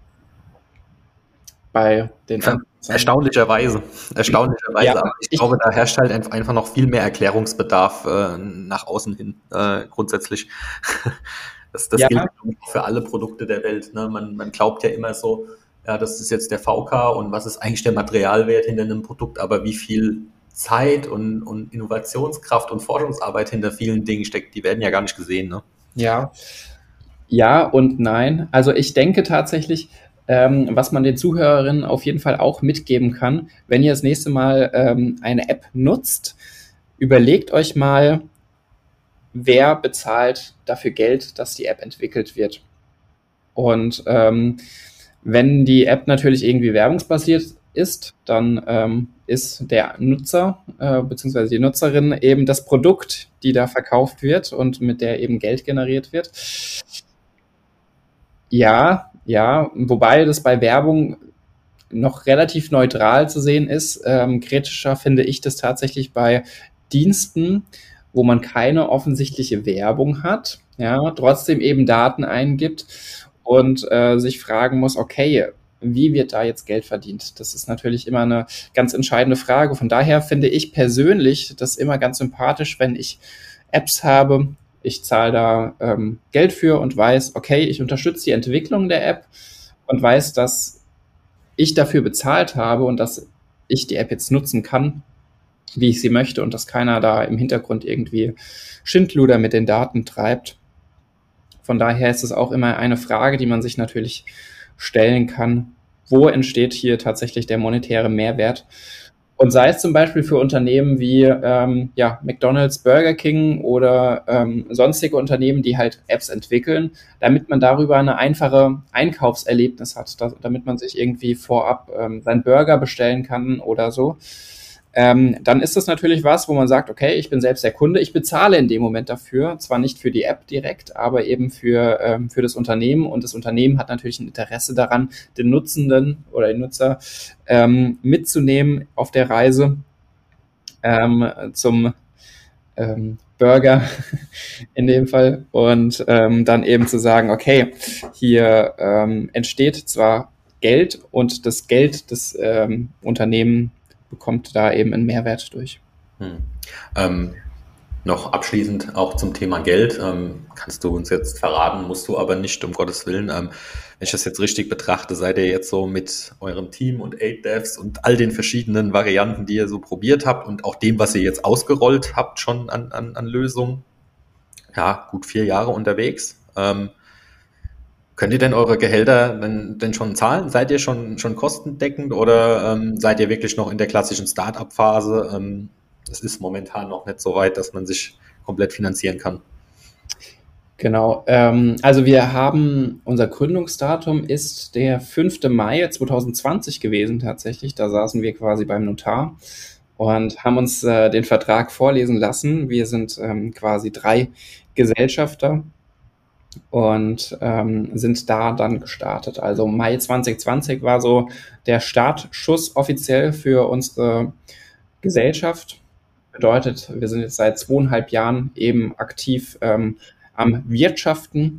Bei den Ja, erstaunlicherweise. Erstaunlicherweise. Ja, Aber ich, ich- glaube, da herrscht halt ein- einfach noch viel mehr Erklärungsbedarf äh, nach außen hin äh, grundsätzlich. Das, das Ja. gilt für alle Produkte der Welt. Ne? Man, man glaubt ja immer so, ja, das ist jetzt der V K und was ist eigentlich der Materialwert hinter einem Produkt, aber wie viel Zeit und, und Innovationskraft und Forschungsarbeit hinter vielen Dingen steckt, die werden ja gar nicht gesehen. Ne? Ja, ja und nein. Also ich denke tatsächlich, ähm, was man den Zuhörerinnen auf jeden Fall auch mitgeben kann, wenn ihr das nächste Mal ähm, eine App nutzt, überlegt euch mal, wer bezahlt dafür Geld, dass die App entwickelt wird. Und ähm, wenn die App natürlich irgendwie werbungsbasiert ist, dann ähm, ist der Nutzer äh, bzw. die Nutzerin eben das Produkt, die da verkauft wird und mit der eben Geld generiert wird. Ja, ja, wobei das bei Werbung noch relativ neutral zu sehen ist. Ähm, kritischer finde ich das tatsächlich bei Diensten, wo man keine offensichtliche Werbung hat, ja, trotzdem eben Daten eingibt und äh, sich fragen muss, okay, wie wird da jetzt Geld verdient? Das ist natürlich immer eine ganz entscheidende Frage. Von daher finde ich persönlich das immer ganz sympathisch, wenn ich Apps habe, ich zahle da ähm, Geld für und weiß, okay, ich unterstütze die Entwicklung der App und weiß, dass ich dafür bezahlt habe und dass ich die App jetzt nutzen kann, wie ich sie möchte und dass keiner da im Hintergrund irgendwie Schindluder mit den Daten treibt. Von daher ist es auch immer eine Frage, die man sich natürlich stellen kann, wo entsteht hier tatsächlich der monetäre Mehrwert? Und sei es zum Beispiel für Unternehmen wie ähm, ja, McDonald's, Burger King oder ähm, sonstige Unternehmen, die halt Apps entwickeln, damit man darüber eine einfache Einkaufserlebnis hat, da, damit man sich irgendwie vorab ähm, seinen Burger bestellen kann oder so. Ähm, dann ist das natürlich was, wo man sagt, okay, ich bin selbst der Kunde, ich bezahle in dem Moment dafür, zwar nicht für die App direkt, aber eben für, ähm, für das Unternehmen und das Unternehmen hat natürlich ein Interesse daran, den Nutzenden oder den Nutzer ähm, mitzunehmen auf der Reise ähm, zum ähm, Burger in dem Fall und ähm, dann eben zu sagen, okay, hier ähm, entsteht zwar Geld und das Geld des ähm, Unternehmens bekommt da eben einen Mehrwert durch. Hm. Ähm, noch abschließend auch zum Thema Geld. Ähm, kannst du uns jetzt verraten, musst du aber nicht, um Gottes Willen. Ähm, wenn ich das jetzt richtig betrachte, seid ihr jetzt so mit eurem Team und Eight Devs und all den verschiedenen Varianten, die ihr so probiert habt und auch dem, was ihr jetzt ausgerollt habt, schon an, an, an Lösungen, ja, gut vier Jahre unterwegs. Ähm, Könnt ihr denn eure Gehälter denn, denn schon zahlen? Seid ihr schon, schon kostendeckend oder ähm, seid ihr wirklich noch in der klassischen Start-up-Phase? Ähm, es ist momentan noch nicht so weit, dass man sich komplett finanzieren kann. Genau, ähm, also wir haben, unser Gründungsdatum ist der fünfte Mai zweitausendzwanzig gewesen tatsächlich. Da saßen wir quasi beim Notar und haben uns äh, den Vertrag vorlesen lassen. Wir sind ähm, quasi drei Gesellschafter und ähm, sind da dann gestartet. Also Mai zwanzig zwanzig war so der Startschuss offiziell für unsere Gesellschaft. Bedeutet, wir sind jetzt seit zweieinhalb Jahren eben aktiv ähm, am Wirtschaften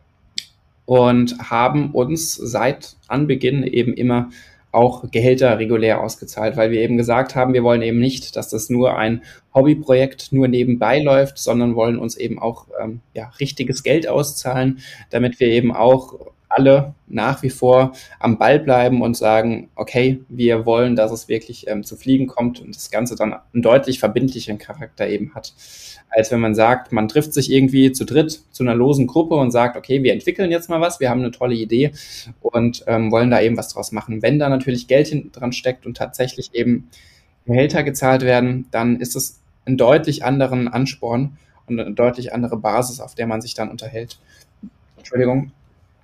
und haben uns seit Anbeginn eben immer auch Gehälter regulär ausgezahlt, weil wir eben gesagt haben, wir wollen eben nicht, dass das nur ein Hobbyprojekt nur nebenbei läuft, sondern wollen uns eben auch ähm, ja, richtiges Geld auszahlen, damit wir eben auch alle nach wie vor am Ball bleiben und sagen, okay, wir wollen, dass es wirklich ähm, zu Fliegen kommt und das Ganze dann einen deutlich verbindlicheren Charakter eben hat, als wenn man sagt, man trifft sich irgendwie zu dritt zu einer losen Gruppe und sagt, okay, wir entwickeln jetzt mal was, wir haben eine tolle Idee und ähm, wollen da eben was draus machen. Wenn da natürlich Geld hinten dran steckt und tatsächlich eben Gehälter gezahlt werden, dann ist es einen deutlich anderen Ansporn und eine deutlich andere Basis, auf der man sich dann unterhält. Entschuldigung.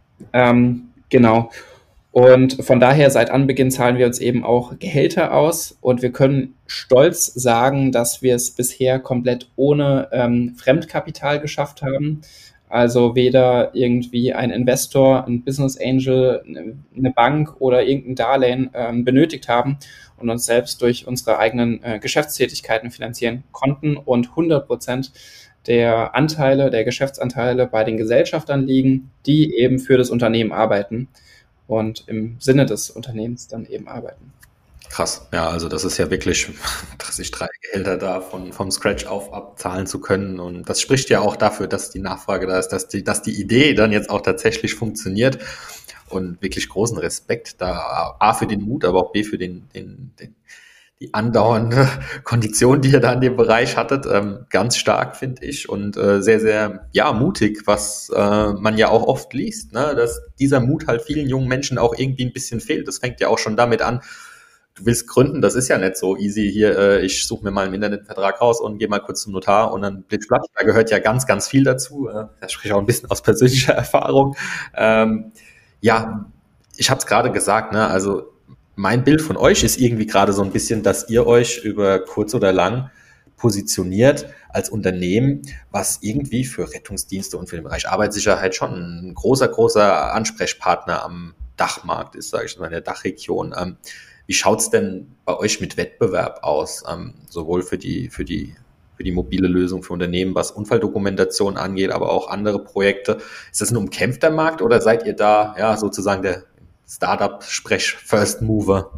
Ähm, genau. Und von daher, seit Anbeginn zahlen wir uns eben auch Gehälter aus und wir können stolz sagen, dass wir es bisher komplett ohne ähm, Fremdkapital geschafft haben. Also weder irgendwie ein Investor, ein Business Angel, eine Bank oder irgendein Darlehen ähm, benötigt haben und uns selbst durch unsere eigenen äh, Geschäftstätigkeiten finanzieren konnten und hundert Prozent der Anteile, der Geschäftsanteile bei den Gesellschaftern liegen, die eben für das Unternehmen arbeiten und im Sinne des Unternehmens dann eben arbeiten. Krass, ja, also das ist ja wirklich, dass ich drei Gehälter da von, vom Scratch auf abzahlen zu können und das spricht ja auch dafür, dass die Nachfrage da ist, dass die, dass die Idee dann jetzt auch tatsächlich funktioniert und wirklich großen Respekt da, A für den Mut, aber auch B für den, den, den die andauernde Kondition, die ihr da in dem Bereich hattet, ähm, ganz stark, finde ich, und äh, sehr, sehr, ja, mutig, was äh, man ja auch oft liest, ne? Dass dieser Mut halt vielen jungen Menschen auch irgendwie ein bisschen fehlt. Das fängt ja auch schon damit an, du willst gründen, das ist ja nicht so easy hier, äh, ich suche mir mal im Internet einen Vertrag raus und gehe mal kurz zum Notar und dann blitzblatsch. Da gehört ja ganz, ganz viel dazu. Äh, das spricht auch ein bisschen aus persönlicher Erfahrung. Ähm, ja, ich habe es gerade gesagt, ne, also mein Bild von euch ist irgendwie gerade so ein bisschen, dass ihr euch über kurz oder lang positioniert als Unternehmen, was irgendwie für Rettungsdienste und für den Bereich Arbeitssicherheit schon ein großer, großer Ansprechpartner am Dachmarkt ist, sage ich mal, in der Dachregion. Wie schaut's denn bei euch mit Wettbewerb aus, sowohl für die, für die für die mobile Lösung für Unternehmen, was Unfalldokumentation angeht, aber auch andere Projekte. Ist das ein umkämpfter Markt oder seid ihr da ja sozusagen der Startup-Sprech First Mover?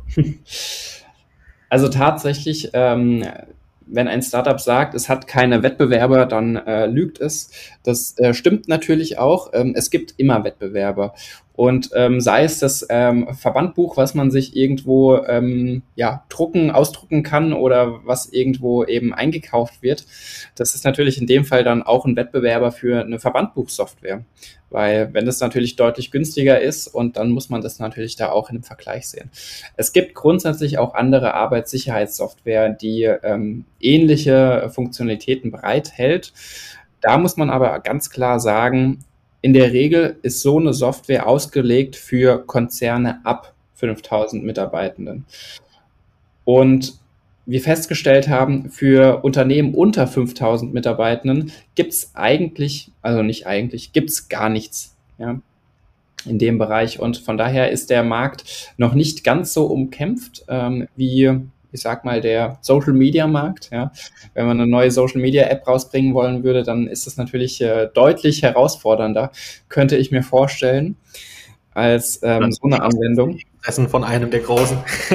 Also tatsächlich, ähm, wenn ein Startup sagt, es hat keine Wettbewerber, dann äh, lügt es. Das äh, stimmt natürlich auch. Ähm, es gibt immer Wettbewerber. Und ähm, sei es das ähm, Verbandbuch, was man sich irgendwo ähm, ja, drucken, ausdrucken kann oder was irgendwo eben eingekauft wird, das ist natürlich in dem Fall dann auch ein Wettbewerber für eine Verbandbuchsoftware. Weil wenn das natürlich deutlich günstiger ist und dann muss man das natürlich da auch in einem Vergleich sehen. Es gibt grundsätzlich auch andere Arbeitssicherheitssoftware, die ähm, ähnliche Funktionalitäten bereithält. Da muss man aber ganz klar sagen, in der Regel ist so eine Software ausgelegt für Konzerne ab fünftausend Mitarbeitenden. Und wir festgestellt haben, für Unternehmen unter fünftausend Mitarbeitenden gibt es eigentlich, also nicht eigentlich, gibt es gar nichts, ja, in dem Bereich. Und von daher ist der Markt noch nicht ganz so umkämpft ähm, wie, ich sag mal, der Social-Media-Markt. Ja. Wenn man eine neue Social-Media-App rausbringen wollen würde, dann ist das natürlich äh, deutlich herausfordernder, könnte ich mir vorstellen, als ähm, so eine Anwendung. Essen von einem der Großen.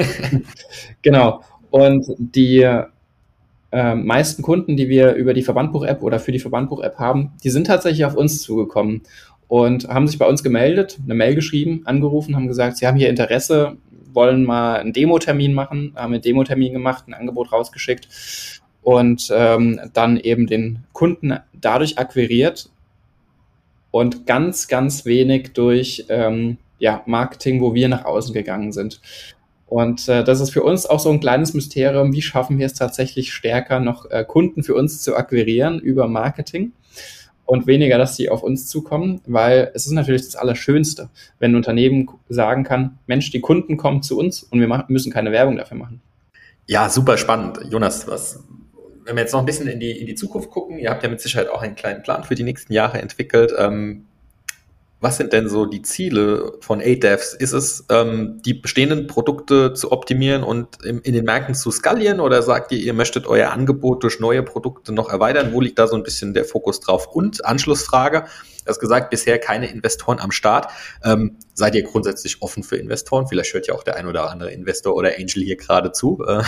Genau. Und die äh, meisten Kunden, die wir über die Verbandbuch-App oder für die Verbandbuch-App haben, die sind tatsächlich auf uns zugekommen und haben sich bei uns gemeldet, eine Mail geschrieben, angerufen, haben gesagt, sie haben hier Interesse, wollen mal einen Demo-Termin machen, haben einen Demo-Termin gemacht, ein Angebot rausgeschickt und ähm, dann eben den Kunden dadurch akquiriert und ganz, ganz wenig durch ähm, ja, Marketing, wo wir nach außen gegangen sind. Und äh, das ist für uns auch so ein kleines Mysterium, wie schaffen wir es tatsächlich stärker, noch äh, Kunden für uns zu akquirieren über Marketing und weniger, dass die auf uns zukommen, weil es ist natürlich das Allerschönste, wenn ein Unternehmen sagen kann, Mensch, die Kunden kommen zu uns und wir machen, müssen keine Werbung dafür machen. Ja, super spannend. Jonas, was, wenn wir jetzt noch ein bisschen in die, in die Zukunft gucken, ihr habt ja mit Sicherheit auch einen kleinen Plan für die nächsten Jahre entwickelt. Ähm, Was sind denn so die Ziele von A D E V S? Ist es, ähm, die bestehenden Produkte zu optimieren und in, in den Märkten zu skalieren oder sagt ihr, ihr möchtet euer Angebot durch neue Produkte noch erweitern? Wo liegt da so ein bisschen der Fokus drauf? Und Anschlussfrage, du hast gesagt, bisher keine Investoren am Start. Ähm, seid ihr grundsätzlich offen für Investoren? Vielleicht hört ja auch der ein oder andere Investor oder Angel hier gerade zu. Äh,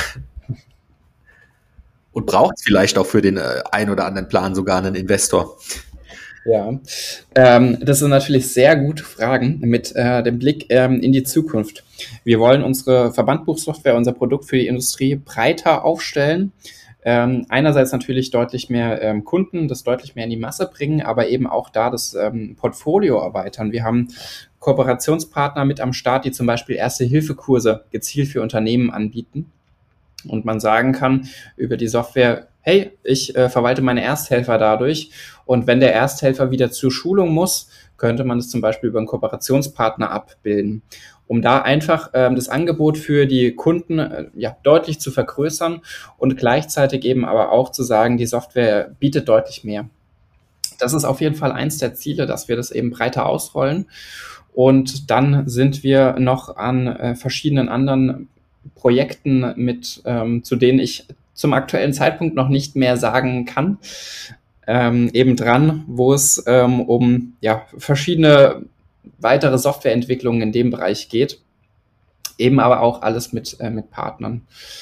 und braucht es vielleicht auch für den äh, ein oder anderen Plan sogar einen Investor? Ja, ähm, das sind natürlich sehr gute Fragen mit äh, dem Blick ähm, in die Zukunft. Wir wollen unsere Verbandbuchsoftware, unser Produkt für die Industrie breiter aufstellen. Ähm, einerseits natürlich deutlich mehr ähm, Kunden, das deutlich mehr in die Masse bringen, aber eben auch da das ähm, Portfolio erweitern. Wir haben Kooperationspartner mit am Start, die zum Beispiel Erste-Hilfe-Kurse gezielt für Unternehmen anbieten. Und man sagen kann über die Software, hey, ich äh, verwalte meine Ersthelfer dadurch. Und wenn der Ersthelfer wieder zur Schulung muss, könnte man es zum Beispiel über einen Kooperationspartner abbilden, um da einfach ähm, das Angebot für die Kunden äh, ja, deutlich zu vergrößern und gleichzeitig eben aber auch zu sagen, die Software bietet deutlich mehr. Das ist auf jeden Fall eins der Ziele, dass wir das eben breiter ausrollen. Und dann sind wir noch an äh, verschiedenen anderen Projekten mit, ähm, zu denen ich zum aktuellen Zeitpunkt noch nicht mehr sagen kann, ähm, eben dran, wo es ähm, um ja, verschiedene weitere Softwareentwicklungen in dem Bereich geht, eben aber auch alles mit, äh, mit Partnern.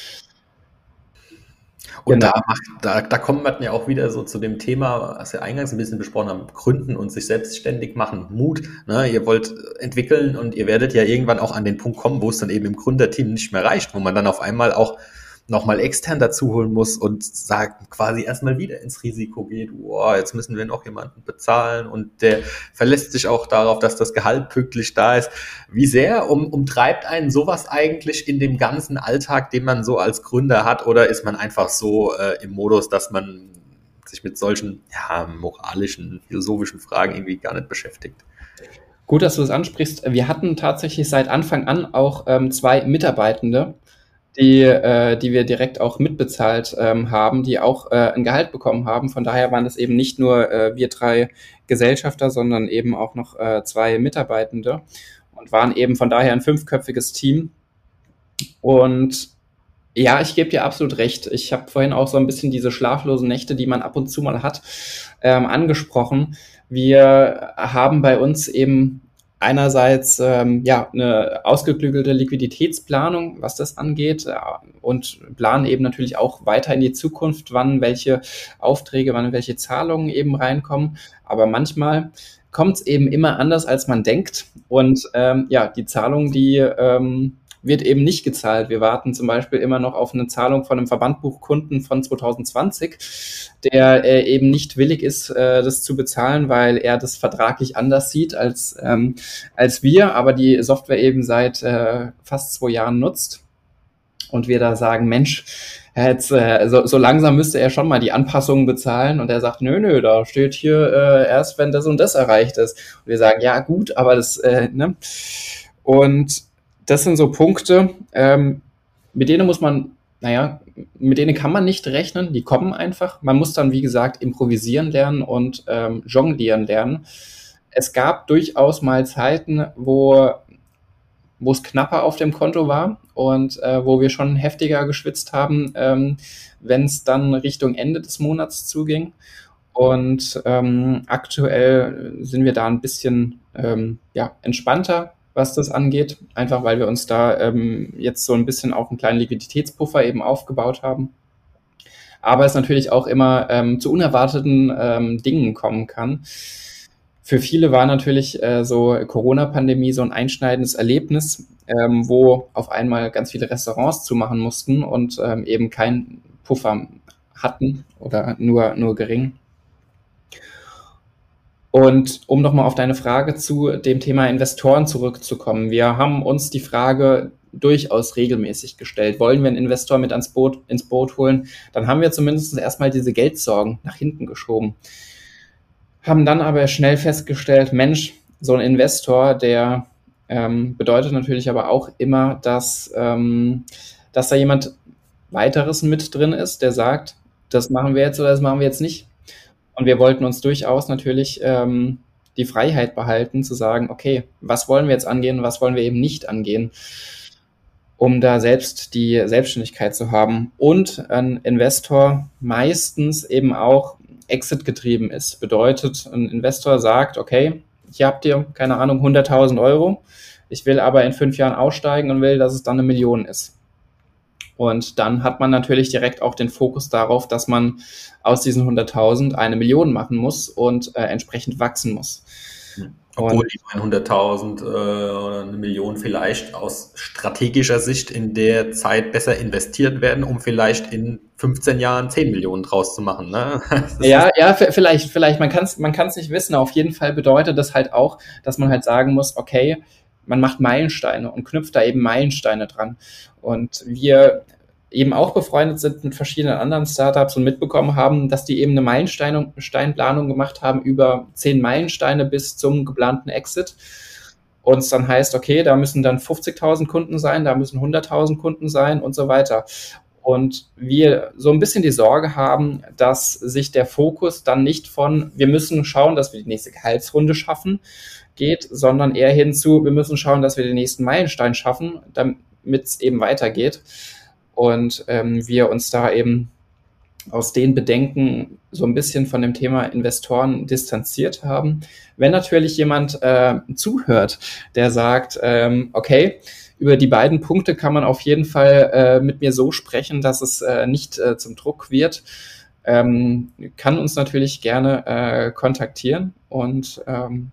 Und genau. da, macht, da, da kommt man ja auch wieder so zu dem Thema, was wir eingangs ein bisschen besprochen haben, Gründen und sich selbstständig machen, Mut. Ne? Ihr wollt entwickeln und ihr werdet ja irgendwann auch an den Punkt kommen, wo es dann eben im Gründerteam nicht mehr reicht, wo man dann auf einmal auch nochmal extern dazu holen muss und sagt, quasi erstmal wieder ins Risiko geht, oh, jetzt müssen wir noch jemanden bezahlen und der verlässt sich auch darauf, dass das Gehalt pünktlich da ist. Wie sehr um, umtreibt einen sowas eigentlich in dem ganzen Alltag, den man so als Gründer hat, oder ist man einfach so äh, im Modus, dass man sich mit solchen ja, moralischen, philosophischen Fragen irgendwie gar nicht beschäftigt? Gut, dass du das ansprichst. Wir hatten tatsächlich seit Anfang an auch ähm, zwei Mitarbeitende, die, äh, die wir direkt auch mitbezahlt ähm, haben, die auch äh, ein Gehalt bekommen haben. Von daher waren das eben nicht nur äh, wir drei Gesellschafter, sondern eben auch noch äh, zwei Mitarbeitende und waren eben von daher ein fünfköpfiges Team. Und Ja, ich gebe dir absolut recht. Ich habe vorhin auch so ein bisschen diese schlaflosen Nächte, die man ab und zu mal hat, ähm, angesprochen. Wir haben bei uns eben einerseits ähm, ja eine ausgeklügelte Liquiditätsplanung, was das angeht, ja, und planen eben natürlich auch weiter in die Zukunft, wann welche Aufträge, wann welche Zahlungen eben reinkommen. Aber manchmal kommt es eben immer anders, als man denkt. Und ähm, ja, die Zahlung, die ähm, wird eben nicht gezahlt. Wir warten zum Beispiel immer noch auf eine Zahlung von einem Verbandbuchkunden von zwanzig zwanzig, der äh, eben nicht willig ist, äh, das zu bezahlen, weil er das vertraglich anders sieht als, ähm, als wir, aber die Software eben seit äh, fast zwei Jahren nutzt. Und wir da sagen, Mensch, jetzt, äh, so, so langsam müsste er schon mal die Anpassungen bezahlen. Und er sagt, nö, nö, da steht hier äh, erst, wenn das und das erreicht ist. Und wir sagen, ja gut, aber das, äh, ne? Und das sind so Punkte, ähm, mit denen muss man, naja, mit denen kann man nicht rechnen, die kommen einfach. Man muss dann, wie gesagt, improvisieren lernen und ähm, jonglieren lernen. Es gab durchaus mal Zeiten, wo wo es knapper auf dem Konto war und äh, wo wir schon heftiger geschwitzt haben, ähm, wenn es dann Richtung Ende des Monats zuging. Und ähm, aktuell sind wir da ein bisschen ähm, ja, entspannter, was das angeht, einfach weil wir uns da ähm, jetzt so ein bisschen auch einen kleinen Liquiditätspuffer eben aufgebaut haben. Aber es natürlich auch immer ähm, zu unerwarteten ähm, Dingen kommen kann. Für viele war natürlich äh, so Corona-Pandemie so ein einschneidendes Erlebnis, ähm, wo auf einmal ganz viele Restaurants zumachen mussten und ähm, eben keinen Puffer hatten oder nur, nur gering. Und um nochmal auf deine Frage zu dem Thema Investoren zurückzukommen. Wir haben uns die Frage durchaus regelmäßig gestellt. Wollen wir einen Investor mit ans Boot, ins Boot holen? Dann haben wir zumindest erstmal diese Geldsorgen nach hinten geschoben. Haben dann aber schnell festgestellt, Mensch, so ein Investor, der ähm, bedeutet natürlich aber auch immer, dass, ähm, dass da jemand weiteres mit drin ist, der sagt, das machen wir jetzt oder das machen wir jetzt nicht. Und wir wollten uns durchaus natürlich ähm, die Freiheit behalten, zu sagen, okay, was wollen wir jetzt angehen, was wollen wir eben nicht angehen, um da selbst die Selbstständigkeit zu haben. Und ein Investor meistens eben auch Exit getrieben ist. Bedeutet, ein Investor sagt, okay, hier habt ihr, keine Ahnung, hunderttausend Euro, ich will aber in fünf Jahren aussteigen und will, dass es dann eine Million ist. Und dann hat man natürlich direkt auch den Fokus darauf, dass man aus diesen hunderttausend eine Million machen muss und äh, entsprechend wachsen muss. Obwohl und, die hunderttausend äh, oder eine Million vielleicht aus strategischer Sicht in der Zeit besser investiert werden, um vielleicht in fünfzehn Jahren zehn Millionen draus zu machen. Ne? Ja, ja, vielleicht, vielleicht, man kann es man kann's nicht wissen. Auf jeden Fall bedeutet das halt auch, dass man halt sagen muss, okay, man macht Meilensteine und knüpft da eben Meilensteine dran. Und wir eben auch befreundet sind mit verschiedenen anderen Startups und mitbekommen haben, dass die eben eine Meilensteinplanung gemacht haben über zehn Meilensteine bis zum geplanten Exit. Und es dann heißt, okay, da müssen dann fünfzigtausend Kunden sein, da müssen hunderttausend Kunden sein und so weiter. Und wir so ein bisschen die Sorge haben, dass sich der Fokus dann nicht von, wir müssen schauen, dass wir die nächste Gehaltsrunde schaffen, geht, sondern eher hinzu, wir müssen schauen, dass wir den nächsten Meilenstein schaffen, damit es eben weitergeht. Und ähm, wir uns da eben aus den Bedenken so ein bisschen von dem Thema Investoren distanziert haben. Wenn natürlich jemand äh, zuhört, der sagt, ähm, okay, über die beiden Punkte kann man auf jeden Fall äh, mit mir so sprechen, dass es äh, nicht äh, zum Druck wird, ähm, kann uns natürlich gerne äh, kontaktieren und ähm,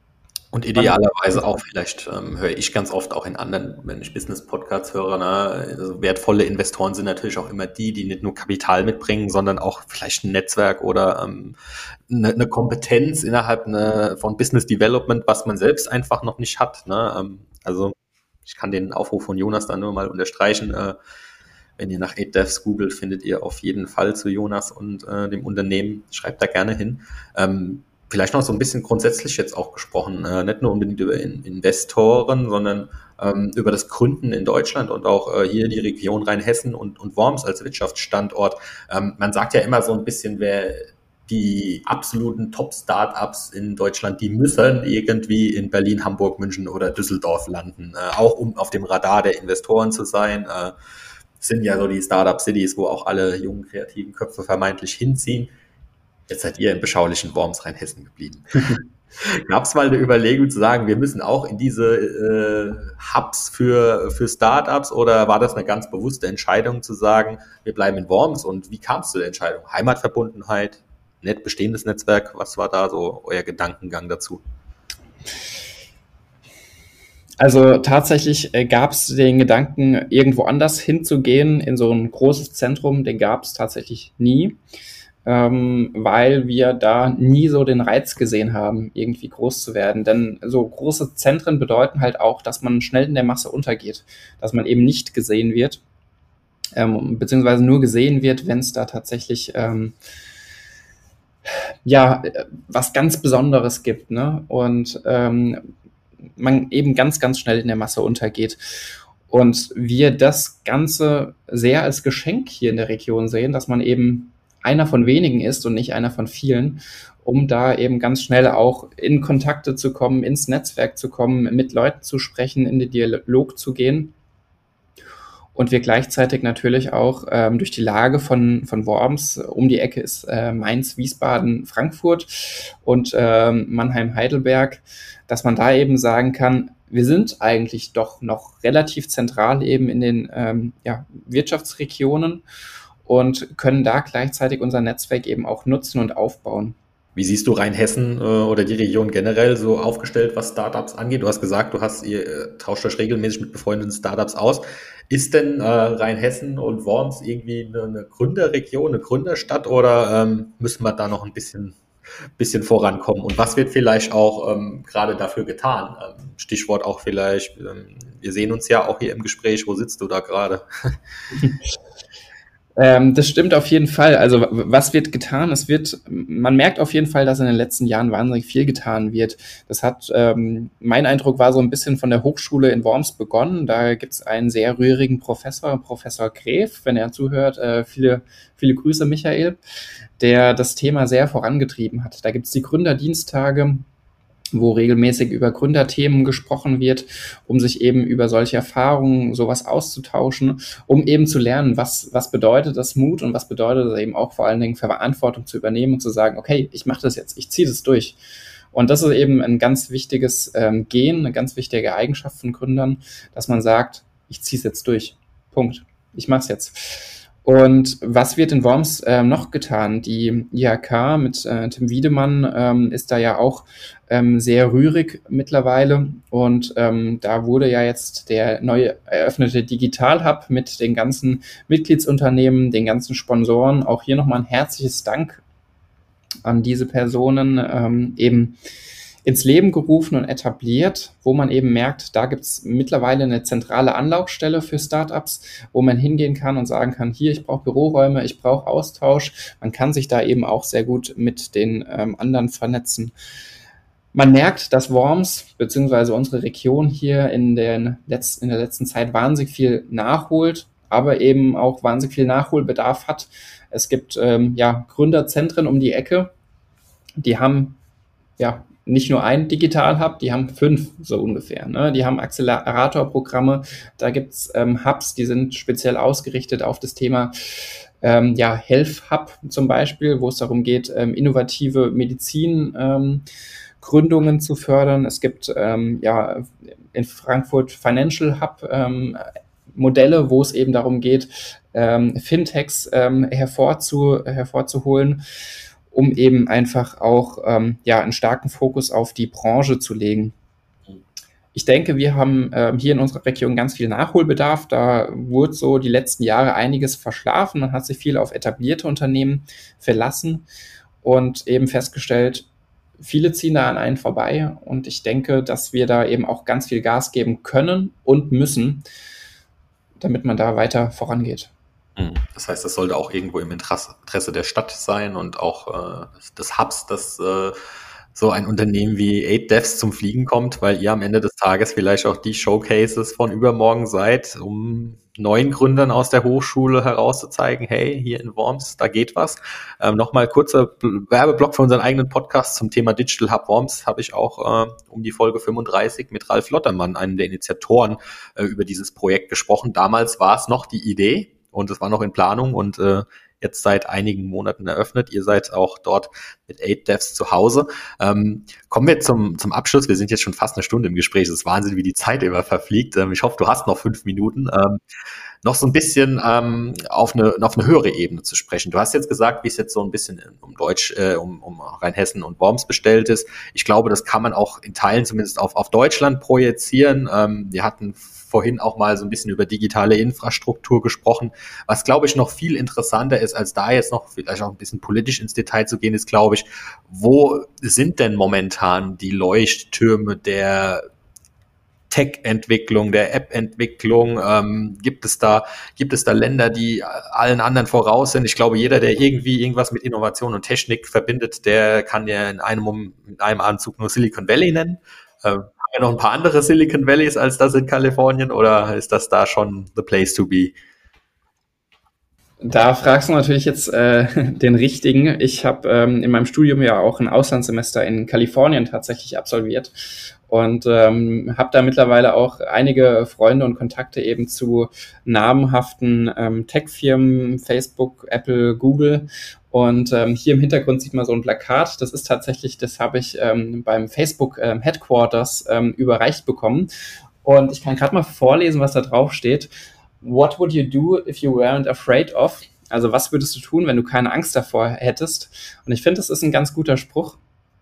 Und idealerweise auch, vielleicht ähm, höre ich ganz oft auch in anderen, wenn ich Business-Podcasts höre, ne, also wertvolle Investoren sind natürlich auch immer die, die nicht nur Kapital mitbringen, sondern auch vielleicht ein Netzwerk oder ähm, eine, eine Kompetenz innerhalb eine, von Business Development, was man selbst einfach noch nicht hat. Ne? Ähm, also ich kann den Aufruf von Jonas dann nur mal unterstreichen. Äh, wenn ihr nach eight devs googelt, findet ihr auf jeden Fall zu Jonas und äh, dem Unternehmen. Schreibt da gerne hin. Ähm, Vielleicht noch so ein bisschen grundsätzlich jetzt auch gesprochen, äh, nicht nur unbedingt über in Investoren, sondern ähm, über das Gründen in Deutschland und auch äh, hier die Region Rheinhessen und, und Worms als Wirtschaftsstandort. Ähm, man sagt ja immer so ein bisschen, wer die absoluten Top-Startups in Deutschland, die müssen irgendwie in Berlin, Hamburg, München oder Düsseldorf landen, äh, auch um auf dem Radar der Investoren zu sein. Äh, sind ja so die Startup-Cities, wo auch alle jungen, kreativen Köpfe vermeintlich hinziehen. Jetzt seid ihr im beschaulichen Worms, Rheinhessen geblieben. Gab es mal eine Überlegung zu sagen, wir müssen auch in diese äh, Hubs für, für Startups, oder war das eine ganz bewusste Entscheidung zu sagen, wir bleiben in Worms? Und wie kam es zu der Entscheidung? Heimatverbundenheit, net bestehendes Netzwerk, was war da so euer Gedankengang dazu? Also tatsächlich äh, gab es den Gedanken, irgendwo anders hinzugehen, in so ein großes Zentrum, den gab es tatsächlich nie. Ähm, weil wir da nie so den Reiz gesehen haben, irgendwie groß zu werden. Denn so große Zentren bedeuten halt auch, dass man schnell in der Masse untergeht, dass man eben nicht gesehen wird, ähm, beziehungsweise nur gesehen wird, wenn es da tatsächlich ähm, ja was ganz Besonderes gibt, ne? Und ähm, man eben ganz, ganz schnell in der Masse untergeht. Und wir das Ganze sehr als Geschenk hier in der Region sehen, dass man eben einer von wenigen ist und nicht einer von vielen, um da eben ganz schnell auch in Kontakte zu kommen, ins Netzwerk zu kommen, mit Leuten zu sprechen, in den Dialog zu gehen. Und wir gleichzeitig natürlich auch ähm, durch die Lage von, von Worms, um die Ecke ist äh, Mainz, Wiesbaden, Frankfurt und ähm, Mannheim, Heidelberg, dass man da eben sagen kann, wir sind eigentlich doch noch relativ zentral eben in den ähm, ja, Wirtschaftsregionen und können da gleichzeitig unser Netzwerk eben auch nutzen und aufbauen. Wie siehst du Rheinhessen äh, oder die Region generell so aufgestellt, was Startups angeht? Du hast gesagt, du hast ihr äh, tauscht euch regelmäßig mit befreundeten Startups aus. Ist denn äh, Rheinhessen und Worms irgendwie eine, eine Gründerregion, eine Gründerstadt, oder ähm, müssen wir da noch ein bisschen, bisschen vorankommen? Und was wird vielleicht auch ähm, gerade dafür getan? Ähm, Stichwort auch vielleicht, ähm, wir sehen uns ja auch hier im Gespräch. Wo sitzt du da gerade? Ähm, das stimmt auf jeden Fall. Also was wird getan? Es wird, man merkt auf jeden Fall, dass in den letzten Jahren wahnsinnig viel getan wird. Das hat, ähm, mein Eindruck war so ein bisschen von der Hochschule in Worms begonnen. Da gibt es einen sehr rührigen Professor, Professor Gref, wenn er zuhört. Äh, viele, viele Grüße, Michael, der das Thema sehr vorangetrieben hat. Da gibt es die Gründerdienstage, wo regelmäßig über Gründerthemen gesprochen wird, um sich eben über solche Erfahrungen, sowas auszutauschen, um eben zu lernen, was, was bedeutet das Mut und was bedeutet das eben auch vor allen Dingen Verantwortung zu übernehmen und zu sagen, okay, ich mache das jetzt, ich ziehe das durch. Und das ist eben ein ganz wichtiges ähm, Gen, eine ganz wichtige Eigenschaft von Gründern, dass man sagt, ich ziehe es jetzt durch. Punkt. Ich mache es jetzt. Und was wird in Worms äh, noch getan? Die I H K mit äh, Tim Wiedemann ähm, ist da ja auch ähm, sehr rührig mittlerweile. Und ähm, da wurde ja jetzt der neu eröffnete Digital Hub mit den ganzen Mitgliedsunternehmen, den ganzen Sponsoren. Auch hier nochmal ein herzliches Dank an diese Personen ähm, eben ins Leben gerufen und etabliert, wo man eben merkt, da gibt es mittlerweile eine zentrale Anlaufstelle für Startups, wo man hingehen kann und sagen kann, hier, ich brauche Büroräume, ich brauche Austausch. Man kann sich da eben auch sehr gut mit den ähm, anderen vernetzen. Man merkt, dass Worms beziehungsweise unsere Region hier in, den Letz-, in der letzten Zeit wahnsinnig viel nachholt, aber eben auch wahnsinnig viel Nachholbedarf hat. Es gibt ähm, ja Gründerzentren um die Ecke, die haben ja nicht nur ein Digital Hub, die haben fünf so ungefähr. Ne? Die haben Acceleratorprogramme, da gibt's ähm, Hubs, die sind speziell ausgerichtet auf das Thema ähm, ja, Health Hub zum Beispiel, wo es darum geht, ähm, innovative Medizin ähm, Gründungen zu fördern. Es gibt ähm, ja in Frankfurt Financial Hub ähm, Modelle, wo es eben darum geht, ähm, Fintechs ähm, hervorzu, hervorzuholen, um eben einfach auch ähm, ja, einen starken Fokus auf die Branche zu legen. Ich denke, wir haben ähm, hier in unserer Region ganz viel Nachholbedarf. Da wurde so die letzten Jahre einiges verschlafen. Man hat sich viel auf etablierte Unternehmen verlassen und eben festgestellt, viele ziehen da an einen vorbei. Und ich denke, dass wir da eben auch ganz viel Gas geben können und müssen, damit man da weiter vorangeht. Das heißt, das sollte auch irgendwo im Interesse der Stadt sein und auch äh, des Hubs, dass äh, so ein Unternehmen wie eight Devs zum Fliegen kommt, weil ihr am Ende des Tages vielleicht auch die Showcases von übermorgen seid, um neuen Gründern aus der Hochschule herauszuzeigen, hey, hier in Worms, da geht was. Ähm, Nochmal kurzer B- Werbeblock für unseren eigenen Podcast zum Thema Digital Hub Worms habe ich auch äh, um die Folge fünfunddreißig mit Ralf Lottermann, einem der Initiatoren, äh, über dieses Projekt gesprochen. Damals war es noch die Idee und es war noch in Planung und äh, jetzt seit einigen Monaten eröffnet. Ihr seid auch dort mit eight Devs zu Hause. Ähm, kommen wir zum, zum Abschluss. Wir sind jetzt schon fast eine Stunde im Gespräch. Es ist Wahnsinn, wie die Zeit immer verfliegt. Ähm, ich hoffe, du hast noch fünf Minuten. Ähm, noch so ein bisschen ähm, auf, eine, auf eine höhere Ebene zu sprechen. Du hast jetzt gesagt, wie es jetzt so ein bisschen um Deutsch, äh, um, um Rheinhessen und Worms bestellt ist. Ich glaube, das kann man auch in Teilen zumindest auf, auf Deutschland projizieren. Ähm, wir hatten vorhin auch mal so ein bisschen über digitale Infrastruktur gesprochen. Was, glaube ich, noch viel interessanter ist, als da jetzt noch vielleicht auch ein bisschen politisch ins Detail zu gehen, ist, glaube ich, wo sind denn momentan die Leuchttürme der Tech-Entwicklung, der App-Entwicklung? Ähm, gibt es da, gibt es da Länder, die allen anderen voraus sind? Ich glaube, jeder, der irgendwie irgendwas mit Innovation und Technik verbindet, der kann ja in einem, in einem Anzug nur Silicon Valley nennen. Ähm, haben wir noch ein paar andere Silicon Valleys als das in Kalifornien oder ist das da schon the place to be? Da fragst du natürlich jetzt äh, den Richtigen. Ich habe ähm, in meinem Studium ja auch ein Auslandssemester in Kalifornien tatsächlich absolviert und ähm, habe da mittlerweile auch einige Freunde und Kontakte eben zu namhaften ähm, Tech-Firmen, Facebook, Apple, Google. Und ähm, hier im Hintergrund sieht man so ein Plakat. Das ist tatsächlich, das habe ich ähm, beim Facebook ähm, Headquarters ähm, überreicht bekommen. Und ich kann gerade mal vorlesen, was da drauf steht. What would you do if you weren't afraid of? Also was würdest du tun, wenn du keine Angst davor hättest? Und ich finde, das ist ein ganz guter Spruch,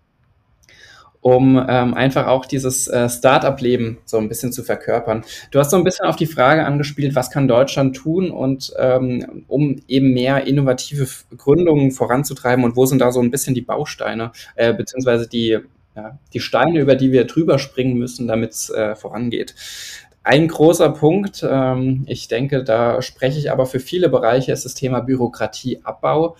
um ähm, einfach auch dieses äh, Start-up-Leben so ein bisschen zu verkörpern. Du hast so ein bisschen auf die Frage angespielt, was kann Deutschland tun, und ähm, um eben mehr innovative F- Gründungen voranzutreiben, und wo sind da so ein bisschen die Bausteine, äh, beziehungsweise die, ja, die Steine, über die wir drüber springen müssen, damit es äh, vorangeht. Ein großer Punkt, ähm, ich denke, da spreche ich aber für viele Bereiche, ist das Thema Bürokratieabbau.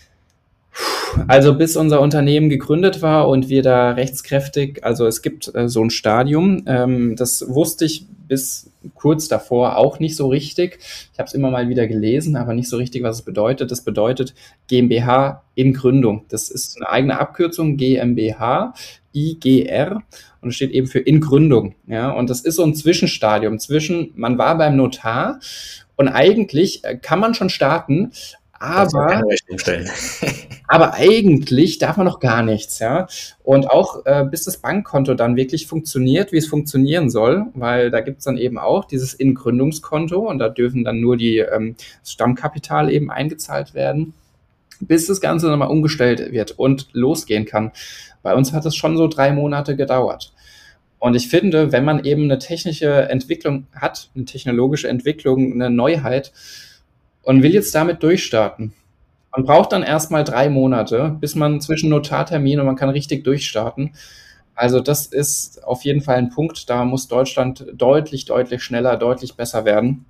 Also bis unser Unternehmen gegründet war und wir da rechtskräftig, also es gibt äh, so ein Stadium, ähm, das wusste ich bis kurz davor auch nicht so richtig. Ich habe es immer mal wieder gelesen, aber nicht so richtig, was es bedeutet. Das bedeutet GmbH in Gründung. Das ist eine eigene Abkürzung, GmbH, I G R, und es steht eben für in Gründung. Ja, und das ist so ein Zwischenstadium zwischen, man war beim Notar und eigentlich äh, kann man schon starten, Darfst du aber keine Rechnung stellen. aber eigentlich darf man noch gar nichts, ja. Und auch äh, bis das Bankkonto dann wirklich funktioniert, wie es funktionieren soll, weil da gibt's dann eben auch dieses Ingründungskonto und da dürfen dann nur die ähm, das Stammkapital eben eingezahlt werden, bis das Ganze nochmal umgestellt wird und losgehen kann. Bei uns hat es schon so drei Monate gedauert. Und ich finde, wenn man eben eine technische Entwicklung hat, eine technologische Entwicklung, eine Neuheit und will jetzt damit durchstarten, man braucht dann erstmal drei Monate, bis man zwischen Notartermin und man kann richtig durchstarten. Also das ist auf jeden Fall ein Punkt, da muss Deutschland deutlich, deutlich schneller, deutlich besser werden.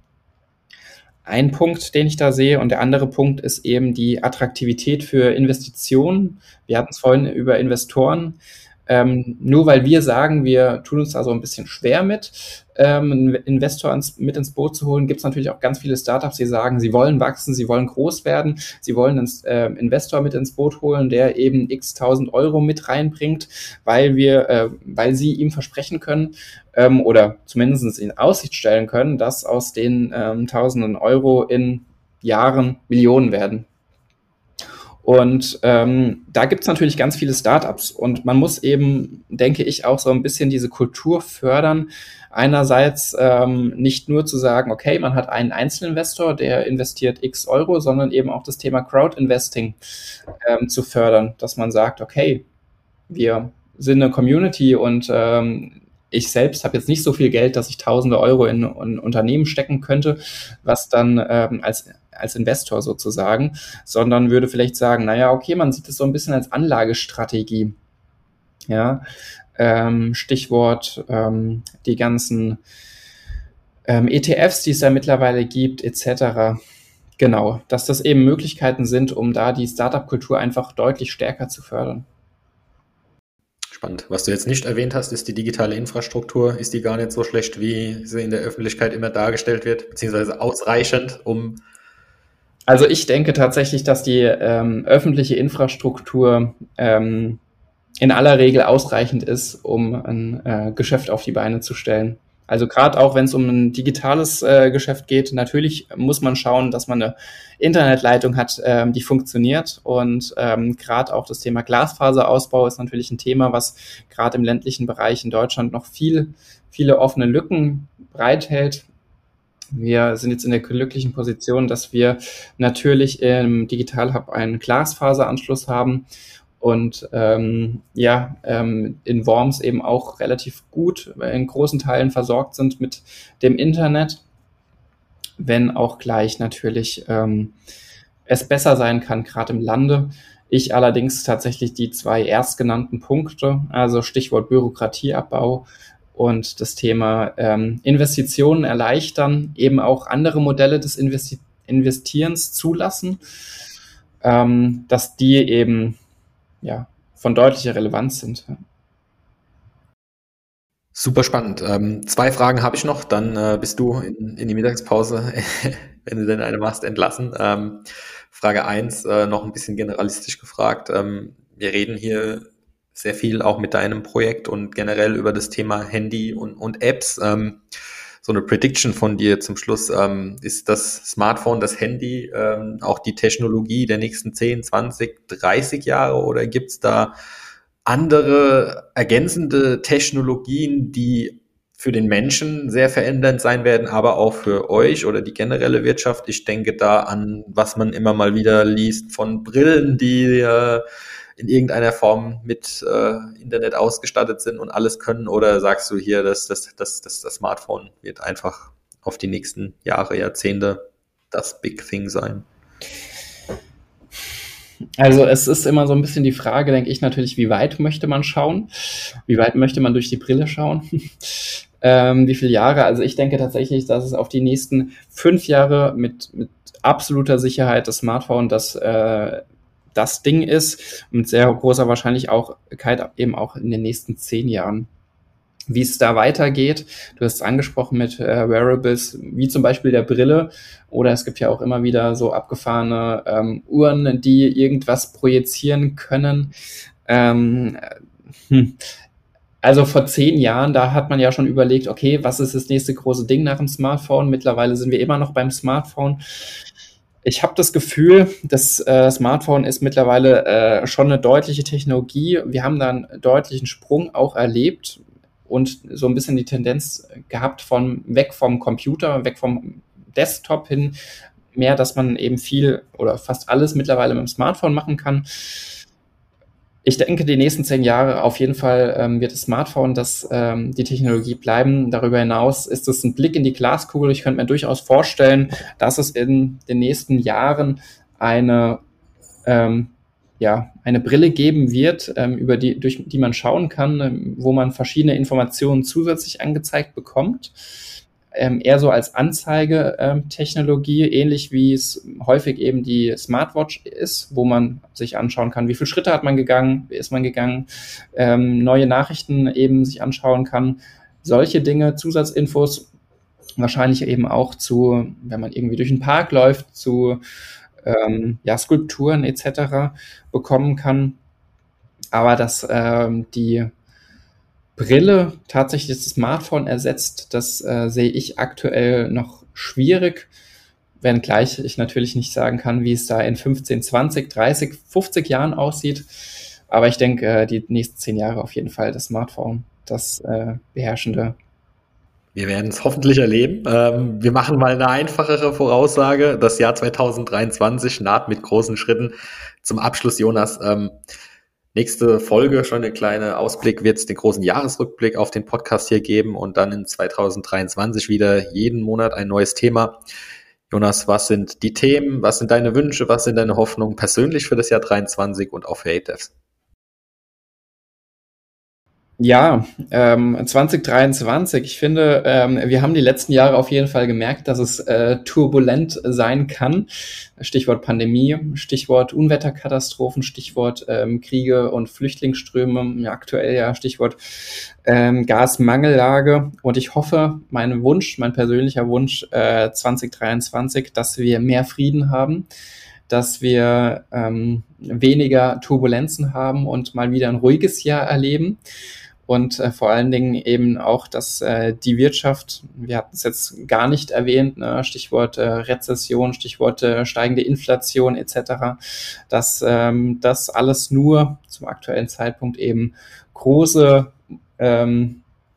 Ein Punkt, den ich da sehe, und der andere Punkt ist eben die Attraktivität für Investitionen. Wir hatten es vorhin über Investoren. Ähm, nur weil wir sagen, wir tun uns da so ein bisschen schwer mit, ähm, einen Investor ins, mit ins Boot zu holen, gibt es natürlich auch ganz viele Startups, die sagen, sie wollen wachsen, sie wollen groß werden, sie wollen einen äh, Investor mit ins Boot holen, der eben x tausend Euro mit reinbringt, weil wir, äh, weil sie ihm versprechen können ähm, oder zumindest in Aussicht stellen können, dass aus den ähm, tausenden Euro in Jahren Millionen werden. Und ähm, da gibt's natürlich ganz viele Startups und man muss eben, denke ich, auch so ein bisschen diese Kultur fördern. Einerseits ähm, nicht nur zu sagen, okay, man hat einen Einzelinvestor, der investiert x Euro, sondern eben auch das Thema Crowdinvesting ähm, zu fördern, dass man sagt, okay, wir sind eine Community und ähm, ich selbst habe jetzt nicht so viel Geld, dass ich tausende Euro in ein Unternehmen stecken könnte, was dann ähm, als als Investor sozusagen, sondern würde vielleicht sagen, naja, okay, man sieht es so ein bisschen als Anlagestrategie. Ja, ähm, Stichwort ähm, die ganzen ähm, E T Fs, die es da mittlerweile gibt, et cetera. Genau, dass das eben Möglichkeiten sind, um da die Startup-Kultur einfach deutlich stärker zu fördern. Spannend. Was du jetzt nicht erwähnt hast, ist die digitale Infrastruktur. Ist die gar nicht so schlecht, wie sie in der Öffentlichkeit immer dargestellt wird, beziehungsweise ausreichend, um... Also ich denke tatsächlich, dass die ähm, öffentliche Infrastruktur ähm, in aller Regel ausreichend ist, um ein äh, Geschäft auf die Beine zu stellen. Also gerade auch, wenn es um ein digitales äh, Geschäft geht, natürlich muss man schauen, dass man eine Internetleitung hat, ähm, die funktioniert. Und ähm, gerade auch das Thema Glasfaserausbau ist natürlich ein Thema, was gerade im ländlichen Bereich in Deutschland noch viel, viele offene Lücken bereithält. Wir sind jetzt in der glücklichen Position, dass wir natürlich im Digital Hub einen Glasfaseranschluss haben und ähm, ja, ähm, in Worms eben auch relativ gut in großen Teilen versorgt sind mit dem Internet, wenn auch gleich natürlich ähm, es besser sein kann, gerade im Lande. Ich allerdings tatsächlich die zwei erstgenannten Punkte, also Stichwort Bürokratieabbau und das Thema ähm, Investitionen erleichtern, eben auch andere Modelle des Investi- Investierens zulassen, ähm, dass die eben ja, von deutlicher Relevanz sind. Super spannend. Ähm, zwei Fragen habe ich noch, dann äh, bist du in, in die Mittagspause, wenn du denn eine machst, entlassen. Ähm, Frage eins, äh, noch ein bisschen generalistisch gefragt. Ähm, wir reden hier sehr viel auch mit deinem Projekt und generell über das Thema Handy und, und Apps. Ähm, so eine Prediction von dir zum Schluss. Ähm, ist das Smartphone, das Handy, ähm, auch die Technologie der nächsten zehn, zwanzig, dreißig Jahre oder gibt's da andere ergänzende Technologien, die für den Menschen sehr verändernd sein werden, aber auch für euch oder die generelle Wirtschaft? Ich denke da an, was man immer mal wieder liest von Brillen, die äh, in irgendeiner Form mit äh, Internet ausgestattet sind und alles können. Oder sagst du hier, dass das, das, das, das Smartphone wird einfach auf die nächsten Jahre, Jahrzehnte das Big Thing sein? Also es ist immer so ein bisschen die Frage, denke ich natürlich, wie weit möchte man schauen? Wie weit möchte man durch die Brille schauen? ähm, wie viele Jahre? Also ich denke tatsächlich, dass es auf die nächsten fünf Jahre mit, mit absoluter Sicherheit das Smartphone das, äh, das Ding ist und mit sehr großer Wahrscheinlichkeit eben auch in den nächsten zehn Jahren. Wie es da weitergeht, du hast es angesprochen mit äh, Wearables, wie zum Beispiel der Brille, oder es gibt ja auch immer wieder so abgefahrene ähm, Uhren, die irgendwas projizieren können. Ähm, hm. Also vor zehn Jahren, da hat man ja schon überlegt, okay, was ist das nächste große Ding nach dem Smartphone? Mittlerweile sind wir immer noch beim Smartphone. Ich habe das Gefühl, das äh, Smartphone ist mittlerweile äh, schon eine deutliche Technologie. Wir haben da einen deutlichen Sprung auch erlebt und so ein bisschen die Tendenz gehabt von weg vom Computer, weg vom Desktop hin, mehr, dass man eben viel oder fast alles mittlerweile mit dem Smartphone machen kann. Ich denke, die nächsten zehn Jahre auf jeden Fall ähm, wird das Smartphone das ähm, die Technologie bleiben. Darüber hinaus ist es ein Blick in die Glaskugel. Ich könnte mir durchaus vorstellen, dass es in den nächsten Jahren eine ähm, ja, eine Brille geben wird, ähm, über die, durch die man schauen kann, ähm, wo man verschiedene Informationen zusätzlich angezeigt bekommt. Ähm, eher so als Anzeigetechnologie, ähm, ähnlich wie es häufig eben die Smartwatch ist, wo man sich anschauen kann, wie viele Schritte hat man gegangen, wie ist man gegangen, ähm, neue Nachrichten eben sich anschauen kann. Solche Dinge, Zusatzinfos, wahrscheinlich eben auch zu, wenn man irgendwie durch den Park läuft, zu ähm, ja, Skulpturen et cetera bekommen kann. Aber dass ähm, die Brille tatsächlich das Smartphone ersetzt, das äh, sehe ich aktuell noch schwierig, wenngleich ich natürlich nicht sagen kann, wie es da in fünfzehn, zwanzig, dreißig, fünfzig Jahren aussieht. Aber ich denke, äh, die nächsten zehn Jahre auf jeden Fall das Smartphone, das äh, beherrschende. Wir werden es hoffentlich erleben. Ähm, wir machen mal eine einfachere Voraussage. Das Jahr zwanzig dreiundzwanzig naht mit großen Schritten. Zum Abschluss, Jonas, ähm, nächste Folge, schon eine kleine Ausblick, wird es den großen Jahresrückblick auf den Podcast hier geben und dann in zwanzig dreiundzwanzig wieder jeden Monat ein neues Thema. Jonas, was sind die Themen, was sind deine Wünsche, was sind deine Hoffnungen persönlich für das Jahr dreiundzwanzig und auch für A T E V S? Ja, ähm, zwanzig dreiundzwanzig. Ich finde, ähm, wir haben die letzten Jahre auf jeden Fall gemerkt, dass es äh, turbulent sein kann. Stichwort Pandemie, Stichwort Unwetterkatastrophen, Stichwort ähm, Kriege und Flüchtlingsströme, ja, aktuell ja Stichwort ähm, Gasmangellage. Und ich hoffe, mein Wunsch, mein persönlicher Wunsch äh, zwanzig dreiundzwanzig, dass wir mehr Frieden haben, dass wir ähm, weniger Turbulenzen haben und mal wieder ein ruhiges Jahr erleben. Und äh, vor allen Dingen eben auch, dass äh, die Wirtschaft, wir hatten es jetzt gar nicht erwähnt, ne, Stichwort äh, Rezession, Stichwort äh, steigende Inflation et cetera, dass ähm, das alles nur zum aktuellen Zeitpunkt eben große ähm,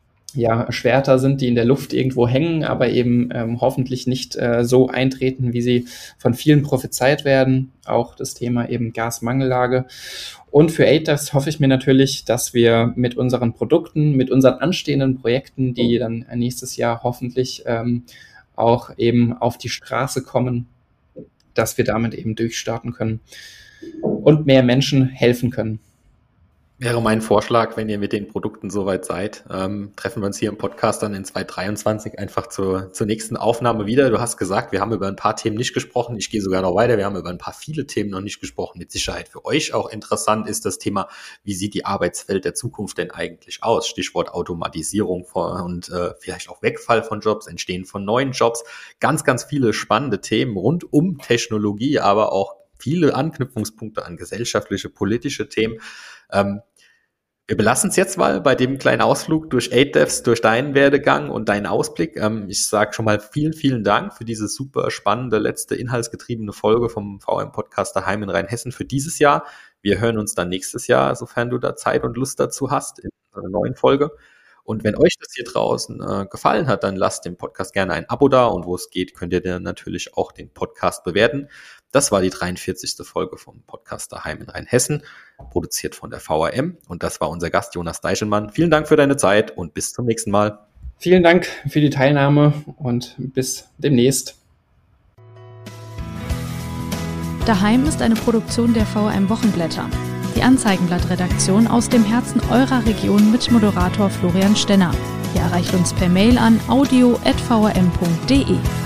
ja, Schwerter sind, die in der Luft irgendwo hängen, aber eben ähm, hoffentlich nicht äh, so eintreten, wie sie von vielen prophezeit werden. Auch das Thema eben Gasmangellage. Und für ATEX hoffe ich mir natürlich, dass wir mit unseren Produkten, mit unseren anstehenden Projekten, die dann nächstes Jahr hoffentlich ähm, auch eben auf die Straße kommen, dass wir damit eben durchstarten können und mehr Menschen helfen können. Wäre mein Vorschlag, wenn ihr mit den Produkten soweit seid, ähm, treffen wir uns hier im Podcast dann in zwanzig dreiundzwanzig einfach zur, zur nächsten Aufnahme wieder. Du hast gesagt, wir haben über ein paar Themen nicht gesprochen. Ich gehe sogar noch weiter. Wir haben über ein paar viele Themen noch nicht gesprochen. Mit Sicherheit für euch auch interessant ist das Thema, wie sieht die Arbeitswelt der Zukunft denn eigentlich aus? Stichwort Automatisierung von, und äh, vielleicht auch Wegfall von Jobs, Entstehen von neuen Jobs. Ganz, ganz viele spannende Themen rund um Technologie, aber auch viele Anknüpfungspunkte an gesellschaftliche, politische Themen. Ähm, wir belassen es jetzt mal bei dem kleinen Ausflug durch eight devs, durch deinen Werdegang und deinen Ausblick. Ähm, ich sage schon mal vielen, vielen Dank für diese super spannende, letzte inhaltsgetriebene Folge vom V M-Podcast Daheim in Rheinhessen für dieses Jahr. Wir hören uns dann nächstes Jahr, sofern du da Zeit und Lust dazu hast, in einer neuen Folge. Und wenn euch das hier draußen äh, gefallen hat, dann lasst dem Podcast gerne ein Abo da und wo es geht, könnt ihr dann natürlich auch den Podcast bewerten. Das war die dreiundvierzigste Folge vom Podcast Daheim in Rheinhessen, produziert von der V A M. Und das war unser Gast Jonas Deichelmann. Vielen Dank für deine Zeit und bis zum nächsten Mal. Vielen Dank für die Teilnahme und bis demnächst. Daheim ist eine Produktion der V A M Wochenblätter. Die Anzeigenblatt-Redaktion aus dem Herzen eurer Region mit Moderator Florian Stenner. Ihr erreicht uns per Mail an audio at v a m punkt d e.